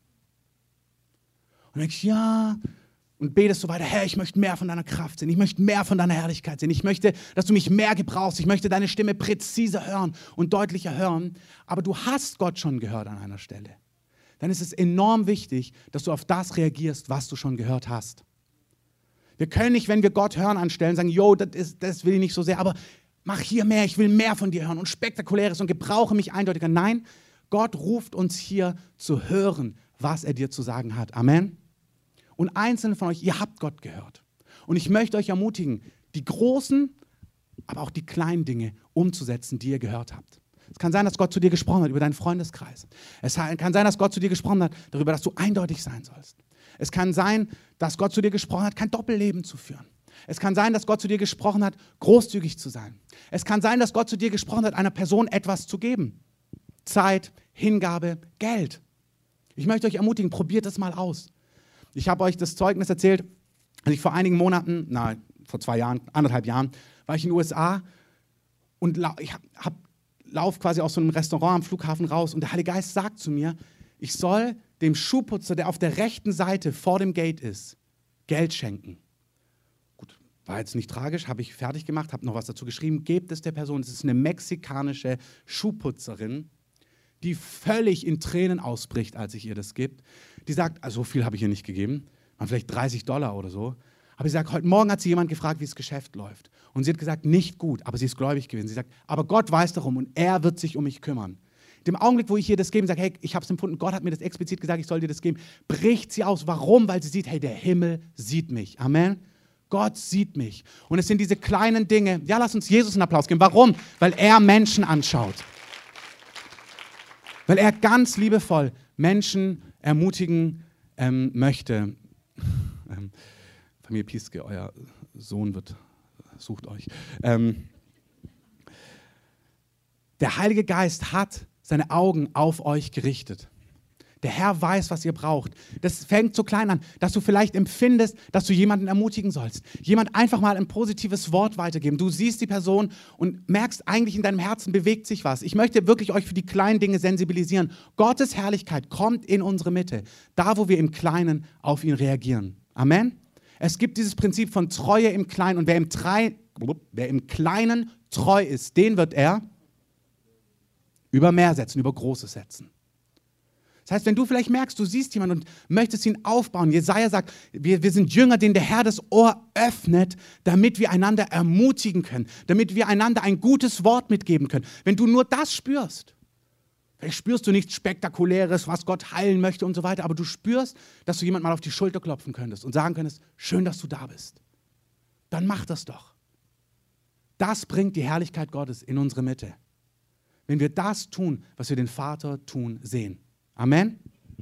Und du denkst, ja, und betest so weiter, Herr, ich möchte mehr von deiner Kraft sehen, ich möchte mehr von deiner Herrlichkeit sehen, ich möchte, dass du mich mehr gebrauchst, ich möchte deine Stimme präziser hören und deutlicher hören, aber du hast Gott schon gehört an einer Stelle. Dann ist es enorm wichtig, dass du auf das reagierst, was du schon gehört hast. Wir können nicht, wenn wir Gott hören anstellen, sagen, jo, das will ich nicht so sehr, aber mach hier mehr, ich will mehr von dir hören und Spektakuläres und gebrauche mich eindeutiger. Nein, Gott ruft uns hier zu hören, was er dir zu sagen hat. Amen. Und einzelne von euch, ihr habt Gott gehört. Und ich möchte euch ermutigen, die großen, aber auch die kleinen Dinge umzusetzen, die ihr gehört habt. Es kann sein, dass Gott zu dir gesprochen hat über deinen Freundeskreis. Es kann sein, dass Gott zu dir gesprochen hat darüber, dass du eindeutig sein sollst. Es kann sein, dass Gott zu dir gesprochen hat, kein Doppelleben zu führen. Es kann sein, dass Gott zu dir gesprochen hat, großzügig zu sein. Es kann sein, dass Gott zu dir gesprochen hat, einer Person etwas zu geben. Zeit, Hingabe, Geld. Ich möchte euch ermutigen, probiert das mal aus. Ich habe euch das Zeugnis erzählt, als ich vor einigen Monaten, vor 2 Jahren, 1,5 Jahren, war ich in den USA und ich laufe quasi aus so einem Restaurant am Flughafen raus und der Heilige Geist sagt zu mir, ich soll dem Schuhputzer, der auf der rechten Seite vor dem Gate ist, Geld schenken. Gut, war jetzt nicht tragisch, habe ich fertig gemacht, habe noch was dazu geschrieben, gebt es der Person. Es ist eine mexikanische Schuhputzerin, die völlig in Tränen ausbricht, als ich ihr das gebe. Die sagt, also so viel habe ich ihr nicht gegeben, waren vielleicht $30 oder so. Aber sie sagt, heute Morgen hat sie jemand gefragt, wie das Geschäft läuft. Und sie hat gesagt, nicht gut, aber sie ist gläubig gewesen. Sie sagt, aber Gott weiß darum und er wird sich um mich kümmern. In dem Augenblick, wo ich ihr das gebe und sage, hey, ich habe es empfunden, Gott hat mir das explizit gesagt, ich soll dir das geben, bricht sie aus. Warum? Weil sie sieht, hey, der Himmel sieht mich. Amen. Gott sieht mich. Und es sind diese kleinen Dinge. Ja, lass uns Jesus einen Applaus geben. Warum? Weil er Menschen anschaut. Weil er ganz liebevoll Menschen ermutigen möchte. Familie Pieske, euer Sohn sucht euch. Der Heilige Geist hat seine Augen auf euch gerichtet. Der Herr weiß, was ihr braucht. Das fängt so klein an, dass du vielleicht empfindest, dass du jemanden ermutigen sollst. Jemand einfach mal ein positives Wort weitergeben. Du siehst die Person und merkst eigentlich in deinem Herzen bewegt sich was. Ich möchte wirklich euch für die kleinen Dinge sensibilisieren. Gottes Herrlichkeit kommt in unsere Mitte, da wo wir im Kleinen auf ihn reagieren. Amen. Es gibt dieses Prinzip von Treue im Kleinen und wer wer im Kleinen treu ist, den wird er über mehr setzen, über Großes setzen. Das heißt, wenn du vielleicht merkst, du siehst jemanden und möchtest ihn aufbauen, Jesaja sagt, wir sind Jünger, denen der Herr das Ohr öffnet, damit wir einander ermutigen können, damit wir einander ein gutes Wort mitgeben können. Wenn du nur das spürst, vielleicht spürst du nichts Spektakuläres, was Gott heilen möchte und so weiter, aber du spürst, dass du jemand mal auf die Schulter klopfen könntest und sagen könntest, schön, dass du da bist. Dann mach das doch. Das bringt die Herrlichkeit Gottes in unsere Mitte. Wenn wir das tun, was wir den Vater tun sehen. Amen.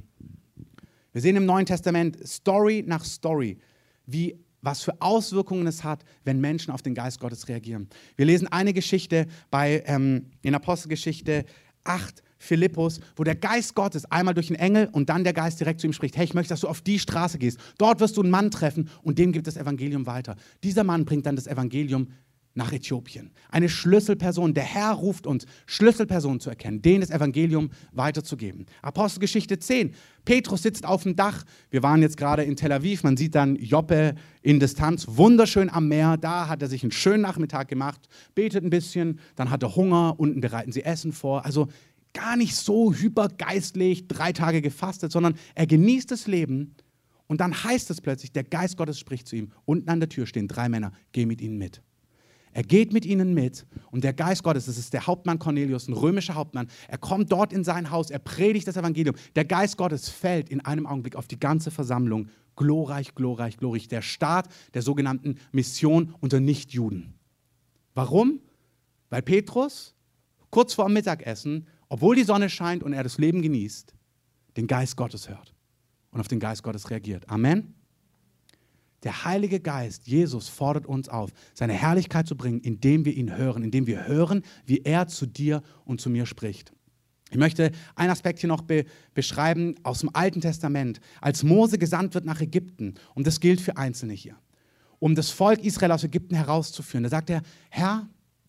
Wir sehen im Neuen Testament Story nach Story, was für Auswirkungen es hat, wenn Menschen auf den Geist Gottes reagieren. Wir lesen eine Geschichte in Apostelgeschichte 8, Philippus, wo der Geist Gottes einmal durch einen Engel und dann der Geist direkt zu ihm spricht, hey, ich möchte, dass du auf die Straße gehst. Dort wirst du einen Mann treffen und dem gibt das Evangelium weiter. Dieser Mann bringt dann das Evangelium nach Äthiopien. Eine Schlüsselperson. Der Herr ruft uns, Schlüsselpersonen zu erkennen, denen das Evangelium weiterzugeben. Apostelgeschichte 10. Petrus sitzt auf dem Dach. Wir waren jetzt gerade in Tel Aviv. Man sieht dann Joppe in Distanz, wunderschön am Meer. Da hat er sich einen schönen Nachmittag gemacht, betet ein bisschen, dann hat er Hunger. Unten bereiten sie Essen vor. Also gar nicht so hypergeistlich, 3 Tage gefastet, sondern er genießt das Leben. Und dann heißt es plötzlich, der Geist Gottes spricht zu ihm. Unten an der Tür stehen 3 Männer. Geh mit ihnen mit. Er geht mit ihnen mit und der Geist Gottes, das ist der Hauptmann Cornelius, ein römischer Hauptmann, er kommt dort in sein Haus, er predigt das Evangelium. Der Geist Gottes fällt in einem Augenblick auf die ganze Versammlung. Glorreich, glorreich, glorreich. Der Start der sogenannten Mission unter Nichtjuden. Warum? Weil Petrus kurz vor dem Mittagessen, obwohl die Sonne scheint und er das Leben genießt, den Geist Gottes hört und auf den Geist Gottes reagiert. Amen. Der Heilige Geist, Jesus, fordert uns auf, seine Herrlichkeit zu bringen, indem wir ihn hören, indem wir hören, wie er zu dir und zu mir spricht. Ich möchte einen Aspekt hier noch beschreiben aus dem Alten Testament. Als Mose gesandt wird nach Ägypten, und das gilt für Einzelne hier, um das Volk Israel aus Ägypten herauszuführen, da sagt er, Herr,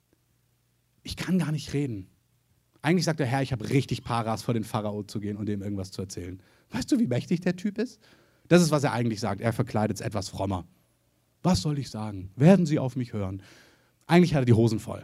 ich kann gar nicht reden. Eigentlich sagt der Herr, ich habe richtig Paras, vor den Pharao zu gehen und ihm irgendwas zu erzählen. Weißt du, wie mächtig der Typ ist? Das ist, was er eigentlich sagt. Er verkleidet es etwas frommer. Was soll ich sagen? Werden Sie auf mich hören? Eigentlich hat er die Hosen voll.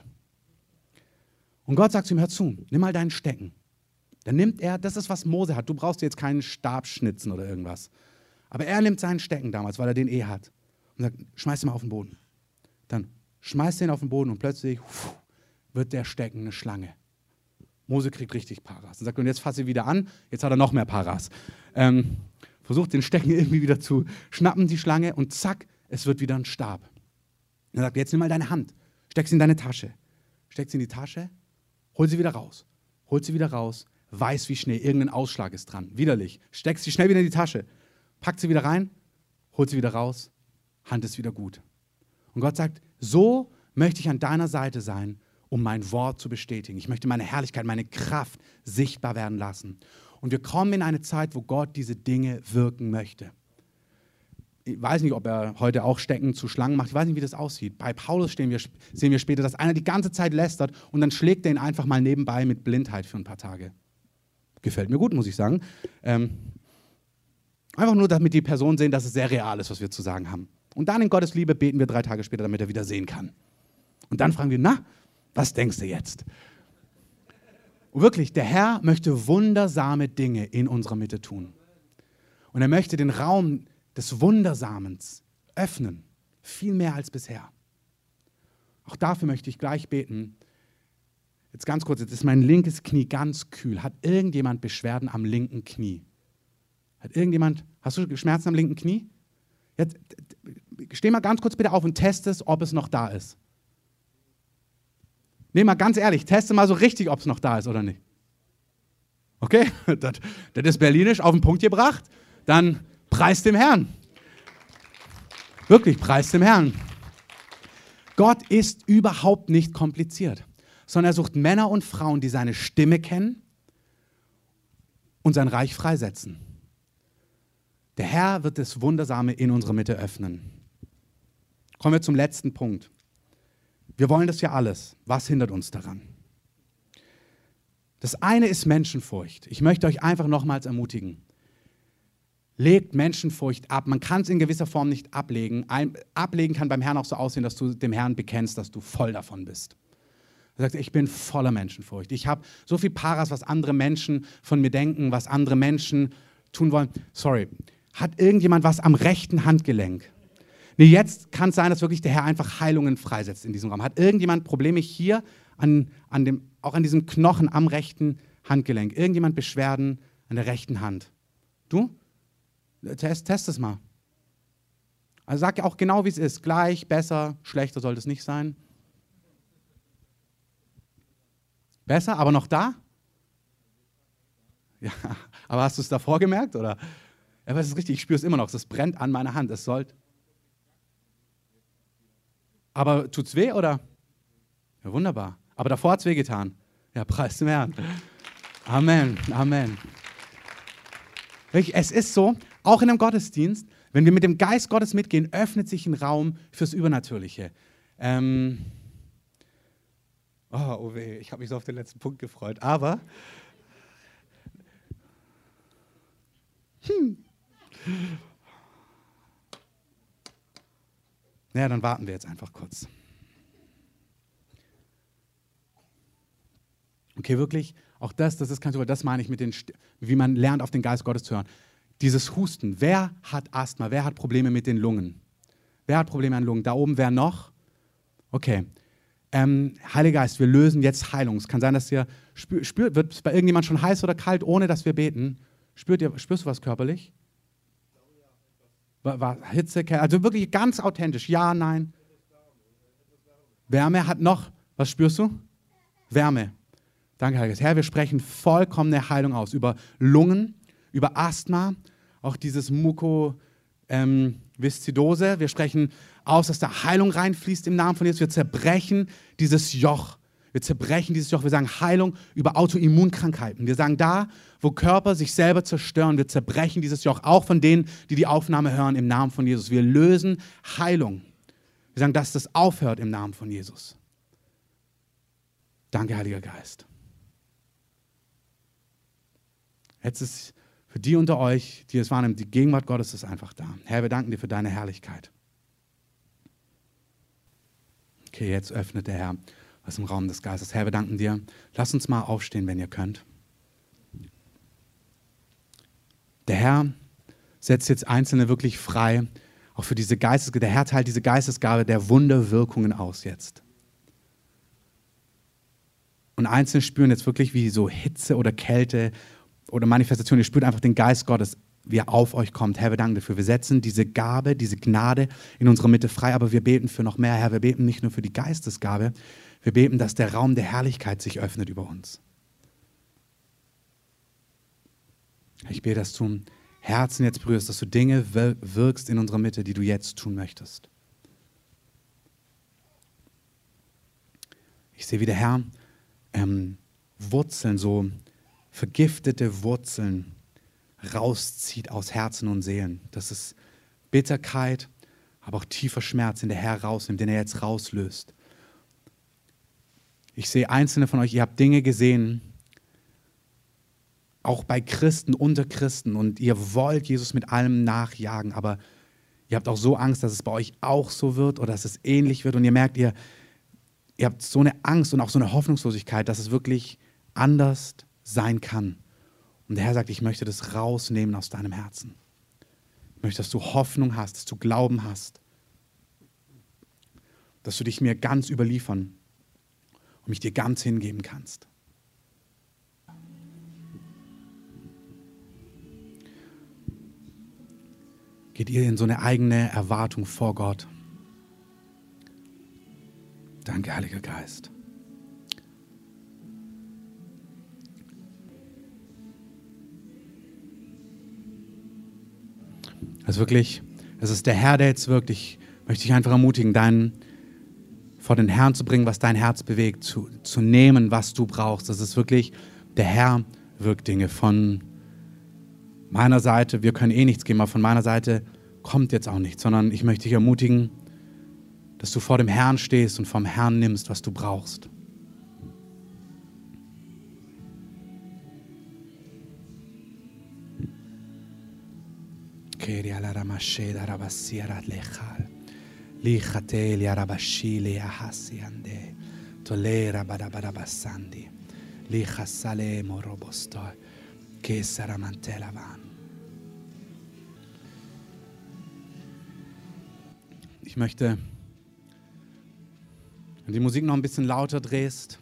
Und Gott sagt zu ihm, hör zu, nimm mal deinen Stecken. Dann nimmt er, das ist, was Mose hat. Du brauchst dir jetzt keinen Stab schnitzen oder irgendwas. Aber er nimmt seinen Stecken damals, weil er den hat. Und sagt, schmeiß ihn mal auf den Boden. Dann schmeißt er ihn auf den Boden und plötzlich wird der Stecken eine Schlange. Mose kriegt richtig Paras. Und sagt, und jetzt fasse ich wieder an. Jetzt hat er noch mehr Paras. Versucht den Stecken irgendwie wieder zu schnappen, die Schlange, und zack, es wird wieder ein Stab. Er sagt, jetzt nimm mal deine Hand, steck sie in deine Tasche. Steck sie in die Tasche, hol sie wieder raus. Holt sie wieder raus, weiß wie Schnee, irgendein Ausschlag ist dran, widerlich. Steck sie schnell wieder in die Tasche, packt sie wieder rein, holt sie wieder raus, Hand ist wieder gut. Und Gott sagt, so möchte ich an deiner Seite sein, um mein Wort zu bestätigen. Ich möchte meine Herrlichkeit, meine Kraft sichtbar werden lassen. Und wir kommen in eine Zeit, wo Gott diese Dinge wirken möchte. Ich weiß nicht, ob er heute auch Stecken zu Schlangen macht. Ich weiß nicht, wie das aussieht. Bei Paulus sehen wir später, dass einer die ganze Zeit lästert und dann schlägt er ihn einfach mal nebenbei mit Blindheit für ein paar Tage. Gefällt mir gut, muss ich sagen. Einfach nur, damit die Personen sehen, dass es sehr real ist, was wir zu sagen haben. Und dann in Gottes Liebe beten wir 3 Tage später, damit er wieder sehen kann. Und dann fragen wir, na, was denkst du jetzt? Und wirklich, der Herr möchte wundersame Dinge in unserer Mitte tun. Und er möchte den Raum des Wundersamens öffnen, viel mehr als bisher. Auch dafür möchte ich gleich beten. Jetzt ganz kurz, jetzt ist mein linkes Knie ganz kühl. Hat irgendjemand Beschwerden am linken Knie? Hast du Schmerzen am linken Knie? Jetzt, steh mal ganz kurz bitte auf und teste es, ob es noch da ist. Nee, mal ganz ehrlich, teste mal so richtig, ob es noch da ist oder nicht. Okay, das ist berlinisch auf den Punkt gebracht. Dann preis dem Herrn. Wirklich, preis dem Herrn. Gott ist überhaupt nicht kompliziert, sondern er sucht Männer und Frauen, die seine Stimme kennen und sein Reich freisetzen. Der Herr wird das Wundersame in unserer Mitte öffnen. Kommen wir zum letzten Punkt. Wir wollen das ja alles. Was hindert uns daran? Das eine ist Menschenfurcht. Ich möchte euch einfach nochmals ermutigen. legt Menschenfurcht ab. Man kann es in gewisser Form nicht ablegen. Ablegen kann beim Herrn auch so aussehen, dass du dem Herrn bekennst, dass du voll davon bist. Du sagst, ich bin voller Menschenfurcht. Ich habe so viel Paras, was andere Menschen von mir denken, was andere Menschen tun wollen. Sorry, hat irgendjemand was am rechten Handgelenk? Nee, jetzt kann es sein, dass wirklich der Herr einfach Heilungen freisetzt in diesem Raum. Hat irgendjemand Probleme hier auch an diesem Knochen am rechten Handgelenk? Irgendjemand Beschwerden an der rechten Hand? Du? Test es mal. Also sag ja auch genau, wie es ist. Gleich, besser, schlechter sollte es nicht sein. Besser, aber noch da? Ja, aber hast du es davor gemerkt, oder? Ja, aber es ist richtig, ich spüre es immer noch. Es brennt an meiner Hand. Es sollte. Aber tut's weh, oder? Ja, wunderbar. Aber davor hat es weh getan. Ja, preis dem Herrn. Amen, Amen. Es ist so, auch in einem Gottesdienst, wenn wir mit dem Geist Gottes mitgehen, öffnet sich ein Raum fürs Übernatürliche. Oh weh, ich habe mich so auf den letzten Punkt gefreut. Aber, naja, dann warten wir jetzt einfach kurz. Okay, wirklich, auch das ist kein Zufall, das meine ich mit wie man lernt, auf den Geist Gottes zu hören. Dieses Husten, wer hat Asthma, wer hat Probleme mit den Lungen? Wer hat Probleme an Lungen? Da oben, wer noch? Okay. Heiliger Geist, wir lösen jetzt Heilung. Es kann sein, dass ihr spürt, wird es bei irgendjemand schon heiß oder kalt, ohne dass wir beten? Spürst du was körperlich? Hitze, Kälte, also wirklich ganz authentisch. Ja, nein. Wärme hat noch, was spürst du? Wärme. Danke, Heiliger Geist. Herr, wir sprechen vollkommene Heilung aus über Lungen, über Asthma, auch dieses Mukoviszidose. Wir sprechen aus, dass da Heilung reinfließt im Namen von Jesus. Wir zerbrechen dieses Joch. Wir sagen Heilung über Autoimmunkrankheiten. Wir sagen da, wo Körper sich selber zerstören, wir zerbrechen dieses Joch. Auch von denen, die die Aufnahme hören im Namen von Jesus. Wir lösen Heilung. Wir sagen, dass das aufhört im Namen von Jesus. Danke, Heiliger Geist. Jetzt ist für die unter euch, die es wahrnehmen, die Gegenwart Gottes ist einfach da. Herr, wir danken dir für deine Herrlichkeit. Okay, jetzt öffnet der Herr was im Raum des Geistes. Herr, wir danken dir. Lass uns mal aufstehen, wenn ihr könnt. Der Herr setzt jetzt Einzelne wirklich frei, auch für diese Geistesgabe. Der Herr teilt diese Geistesgabe der Wunderwirkungen aus jetzt. Und Einzelne spüren jetzt wirklich wie so Hitze oder Kälte oder Manifestation. Ihr spürt einfach den Geist Gottes, wie er auf euch kommt. Herr, wir danken dafür. Wir setzen diese Gabe, diese Gnade in unserer Mitte frei, aber wir beten für noch mehr. Herr, wir beten nicht nur für die Geistesgabe, wir beten, dass der Raum der Herrlichkeit sich öffnet über uns. Ich bete, dass du Herzen jetzt berührst, dass du Dinge wirkst in unserer Mitte, die du jetzt tun möchtest. Ich sehe, wie der Herr Wurzeln, so vergiftete Wurzeln rauszieht aus Herzen und Seelen. Das ist Bitterkeit, aber auch tiefer Schmerz, den der Herr rausnimmt, den er jetzt rauslöst. Ich sehe Einzelne von euch, ihr habt Dinge gesehen, auch bei Christen, unter Christen, und ihr wollt Jesus mit allem nachjagen, aber ihr habt auch so Angst, dass es bei euch auch so wird oder dass es ähnlich wird und ihr merkt, ihr habt so eine Angst und auch so eine Hoffnungslosigkeit, dass es wirklich anders sein kann. Und der Herr sagt, ich möchte das rausnehmen aus deinem Herzen. Ich möchte, dass du Hoffnung hast, dass du Glauben hast, dass du dich mir ganz überliefern und mich dir ganz hingeben kannst. Geht ihr in so eine eigene Erwartung vor Gott? Danke, Heiliger Geist. Also wirklich, es ist der Herr, der jetzt wirkt. Ich möchte dich einfach ermutigen, vor den Herrn zu bringen, was dein Herz bewegt, zu nehmen, was du brauchst. Das ist wirklich, der Herr wirkt Dinge. Von meiner Seite, wir können eh nichts geben, aber von meiner Seite kommt jetzt auch nichts, sondern ich möchte dich ermutigen, dass du vor dem Herrn stehst und vom Herrn nimmst, was du brauchst. Keria la ramasheda rabasiarat lechal. Lichate liarabashile ahasiande. Tolera badabadabasandi. Lichasale morobosto. Kesaramantelavan. Ich möchte, wenn du die Musik noch ein bisschen lauter drehst,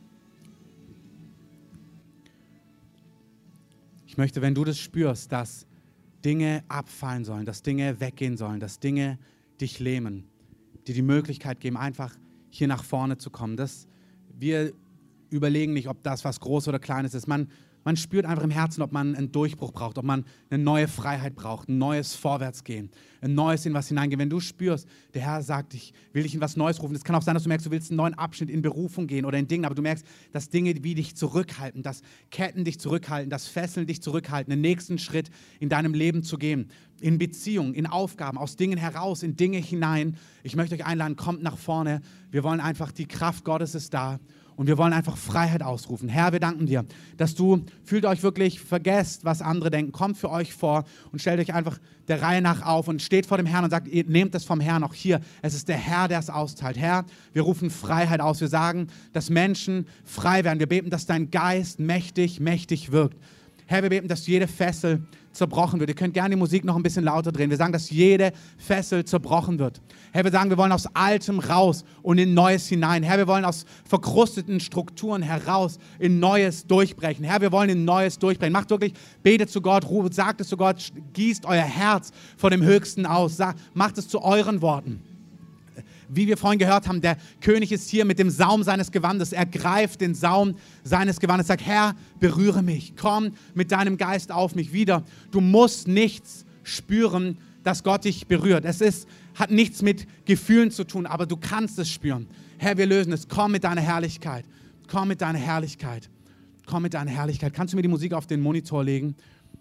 ich möchte, wenn du das spürst, dass Dinge abfallen sollen, dass Dinge weggehen sollen, dass Dinge dich lähmen, dir die Möglichkeit geben, einfach hier nach vorne zu kommen. Wir überlegen nicht, ob das was Großes oder Kleines ist. Man spürt einfach im Herzen, ob man einen Durchbruch braucht, ob man eine neue Freiheit braucht, ein neues Vorwärtsgehen, ein neues in was hineingehen. Wenn du spürst, der Herr sagt, ich will dich in was Neues rufen. Es kann auch sein, dass du merkst, du willst einen neuen Abschnitt in Berufung gehen oder in Dingen, aber du merkst, dass Dinge wie dich zurückhalten, dass Ketten dich zurückhalten, dass Fesseln dich zurückhalten, den nächsten Schritt in deinem Leben zu gehen, in Beziehungen, in Aufgaben, aus Dingen heraus, in Dinge hinein. Ich möchte euch einladen, kommt nach vorne. Wir wollen einfach, die Kraft Gottes ist da. Und wir wollen einfach Freiheit ausrufen. Herr, wir danken dir, dass fühlt euch wirklich, vergesst, was andere denken, kommt für euch vor und stellt euch einfach der Reihe nach auf und steht vor dem Herrn und sagt, ihr nehmt es vom Herrn auch hier. Es ist der Herr, der es austeilt. Herr, wir rufen Freiheit aus. Wir sagen, dass Menschen frei werden. Wir beten, dass dein Geist mächtig, mächtig wirkt. Herr, wir beten, dass jede Fessel zerbrochen wird. Ihr könnt gerne die Musik noch ein bisschen lauter drehen. Wir sagen, dass jede Fessel zerbrochen wird. Herr, wir sagen, wir wollen aus Altem raus und in Neues hinein. Herr, wir wollen aus verkrusteten Strukturen heraus in Neues durchbrechen. Herr, wir wollen in Neues durchbrechen. Macht wirklich, betet zu Gott, sagt es zu Gott, gießt euer Herz vor dem Höchsten aus. Macht es zu euren Worten. Wie wir vorhin gehört haben, der König ist hier mit dem Saum seines Gewandes. Er greift den Saum seines Gewandes, sagt, Herr, berühre mich. Komm mit deinem Geist auf mich wieder. Du musst nichts spüren, dass Gott dich berührt. Hat nichts mit Gefühlen zu tun, aber du kannst es spüren. Herr, wir lösen es. Komm mit deiner Herrlichkeit. Komm mit deiner Herrlichkeit. Komm mit deiner Herrlichkeit. Kannst du mir die Musik auf den Monitor legen?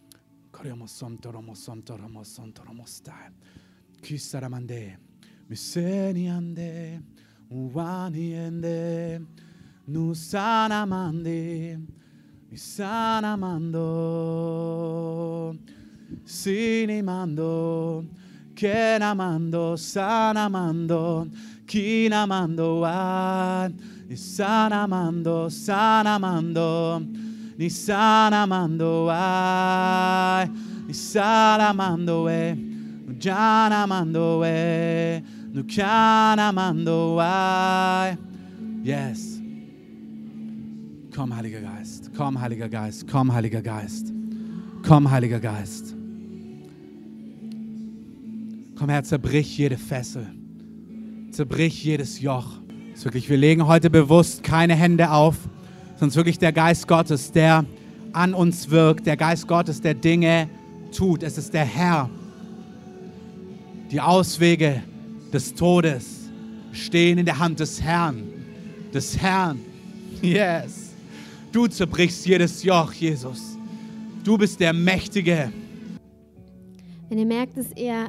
Miseniande, uwaniende, nusanamande, misanamando, sinimando, kenamando, sanamando, kinamando, nisanamando, sanamando, nisanamando, nisanamando, janamando, Nukanamando. Yes. Komm, Heiliger Geist. Komm, Heiliger Geist. Komm, Heiliger Geist. Komm, Heiliger Geist. Komm, Herr, zerbrich jede Fessel. Zerbrich jedes Joch. Es ist wirklich, wir legen heute bewusst keine Hände auf, sondern es ist wirklich der Geist Gottes, der an uns wirkt. Der Geist Gottes, der Dinge tut. Es ist der Herr. Die Auswege des Todes stehen in der Hand des Herrn. Des Herrn. Yes. Du zerbrichst jedes Joch, Jesus. Du bist der Mächtige. Wenn ihr merkt, dass ihr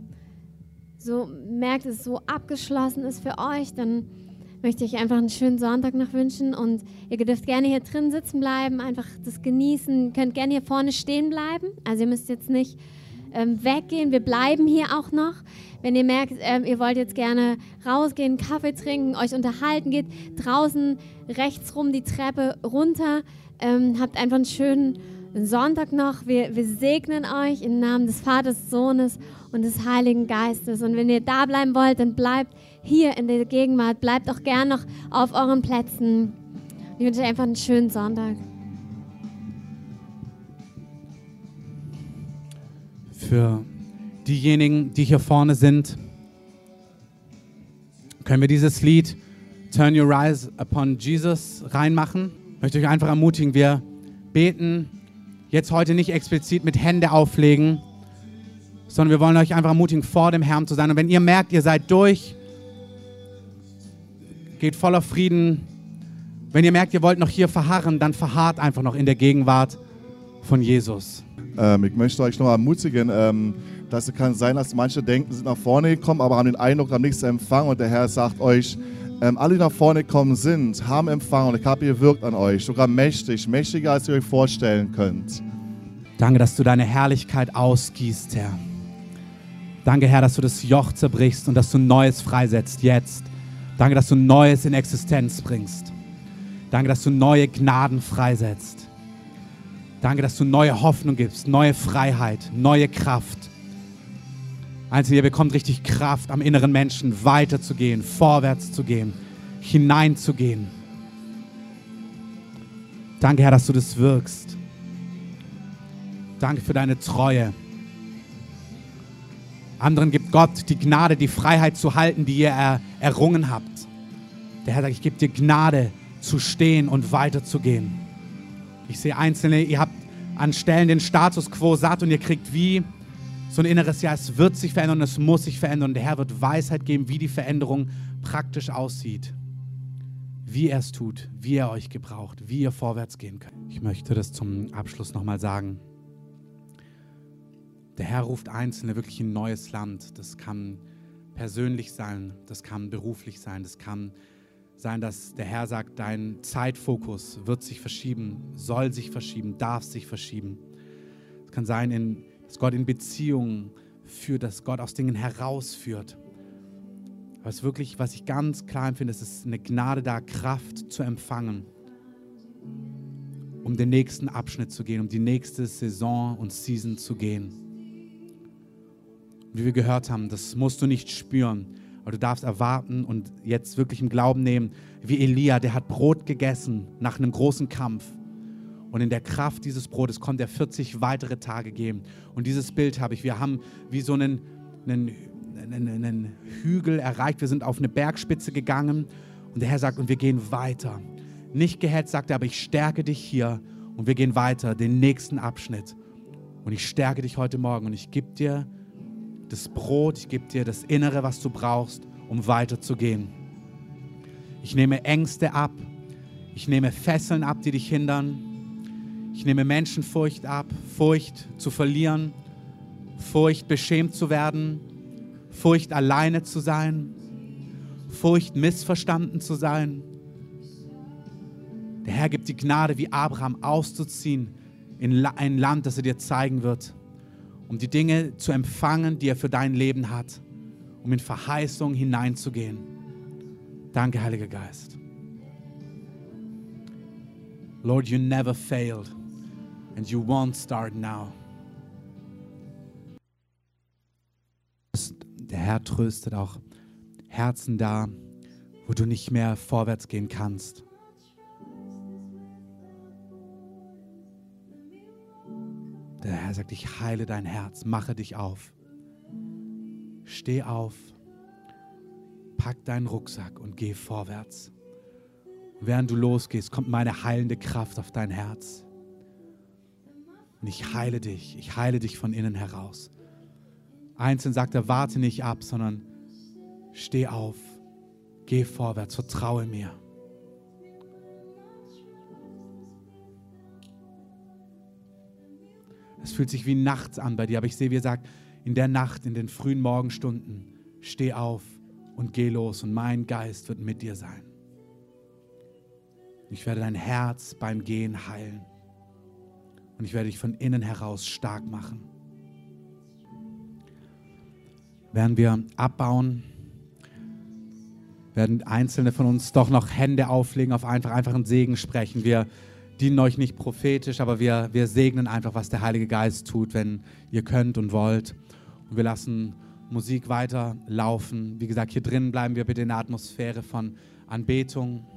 dass es so abgeschlossen ist für euch, dann möchte ich einfach einen schönen Sonntag noch wünschen und ihr dürft gerne hier drin sitzen bleiben, einfach das genießen, könnt gerne hier vorne stehen bleiben. Also ihr müsst jetzt nicht weggehen, wir bleiben hier auch noch. Wenn ihr merkt, ihr wollt jetzt gerne rausgehen, Kaffee trinken, euch unterhalten, geht draußen rechts rum die Treppe runter, habt einfach einen schönen Sonntag noch. Wir segnen euch im Namen des Vaters, Sohnes und des Heiligen Geistes. Und wenn ihr da bleiben wollt, dann bleibt hier in der Gegenwart, bleibt auch gern noch auf euren Plätzen. Ich wünsche euch einfach einen schönen Sonntag. Für diejenigen, die hier vorne sind, können wir dieses Lied Turn Your Eyes Upon Jesus reinmachen. Ich möchte euch einfach ermutigen, wir beten jetzt heute nicht explizit mit Hände auflegen, sondern wir wollen euch einfach ermutigen, vor dem Herrn zu sein. Und wenn ihr merkt, ihr seid durch, geht voller Frieden. Wenn ihr merkt, ihr wollt noch hier verharren, dann verharrt einfach noch in der Gegenwart von Jesus. Ich möchte euch noch ermutigen, dass es kann sein, dass manche denken, sie sind nach vorne gekommen, aber haben den Eindruck, haben nichts empfangen. Und der Herr sagt euch, alle, die nach vorne gekommen sind, haben empfangen. Und ich habe gewirkt an euch, sogar mächtig, mächtiger, als ihr euch vorstellen könnt. Danke, dass du deine Herrlichkeit ausgießt, Herr. Danke, Herr, dass du das Joch zerbrichst und dass du Neues freisetzt jetzt. Danke, dass du Neues in Existenz bringst. Danke, dass du neue Gnaden freisetzt. Danke, dass du neue Hoffnung gibst, neue Freiheit, neue Kraft. Einzelne, ihr bekommt richtig Kraft am inneren Menschen, weiterzugehen, vorwärts zu gehen, hineinzugehen. Danke, Herr, dass du das wirkst. Danke für deine Treue. Anderen gibt Gott die Gnade, die Freiheit zu halten, die ihr errungen habt. Der Herr sagt, ich gebe dir Gnade, zu stehen und weiterzugehen. Ich sehe Einzelne, ihr habt an Stellen den Status quo satt und ihr kriegt wie so ein inneres, ja, es wird sich verändern, es muss sich verändern. Und der Herr wird Weisheit geben, wie die Veränderung praktisch aussieht. Wie er es tut, wie er euch gebraucht, wie ihr vorwärts gehen könnt. Ich möchte das zum Abschluss nochmal sagen. Der Herr ruft Einzelne wirklich in ein neues Land. Das kann persönlich sein, das kann beruflich sein, das kann sein, dass der Herr sagt, dein Zeitfokus wird sich verschieben, soll sich verschieben, darf sich verschieben. Es kann sein, dass Gott in Beziehungen führt, dass Gott aus Dingen herausführt. Aber es ist wirklich, was ich ganz klar empfinde, es ist eine Gnade da, Kraft zu empfangen, um den nächsten Abschnitt zu gehen, um die nächste Saison und Season zu gehen. Wie wir gehört haben, das musst du nicht spüren, aber du darfst erwarten und jetzt wirklich im Glauben nehmen, wie Elia, der hat Brot gegessen nach einem großen Kampf. Und in der Kraft dieses Brotes konnte er 40 weitere Tage geben. Und dieses Bild habe ich. Wir haben wie so einen Hügel erreicht. Wir sind auf eine Bergspitze gegangen. Und der Herr sagt, und wir gehen weiter. Nicht gehetzt, sagt er, aber ich stärke dich hier. Und wir gehen weiter, den nächsten Abschnitt. Und ich stärke dich heute Morgen. Und ich gebe dir das Brot, ich gebe dir das Innere, was du brauchst, um weiterzugehen. Ich nehme Ängste ab. Ich nehme Fesseln ab, die dich hindern. Ich nehme Menschenfurcht ab, Furcht zu verlieren, Furcht beschämt zu werden, Furcht alleine zu sein, Furcht missverstanden zu sein. Der Herr gibt die Gnade, wie Abraham auszuziehen in ein Land, das er dir zeigen wird, um die Dinge zu empfangen, die er für dein Leben hat, um in Verheißung hineinzugehen. Danke, Heiliger Geist. Lord, you never failed and you won't start now. Der Herr tröstet auch Herzen da, wo du nicht mehr vorwärts gehen kannst. Der Herr sagt, ich heile dein Herz, mache dich auf. Steh auf, pack deinen Rucksack und geh vorwärts. Und während du losgehst, kommt meine heilende Kraft auf dein Herz. Und ich heile dich von innen heraus. Einzeln sagt er, warte nicht ab, sondern steh auf, geh vorwärts, vertraue mir. Es fühlt sich wie nachts an bei dir, aber ich sehe, wie er sagt, in der Nacht, in den frühen Morgenstunden, steh auf und geh los und mein Geist wird mit dir sein. Ich werde dein Herz beim Gehen heilen und ich werde dich von innen heraus stark machen. Während wir abbauen, werden Einzelne von uns doch noch Hände auflegen, auf einfach einen Segen sprechen. Wir dienen euch nicht prophetisch, aber wir segnen einfach, was der Heilige Geist tut, wenn ihr könnt und wollt. Und wir lassen Musik weiter laufen. Wie gesagt, hier drinnen bleiben wir bitte in der Atmosphäre von Anbetung.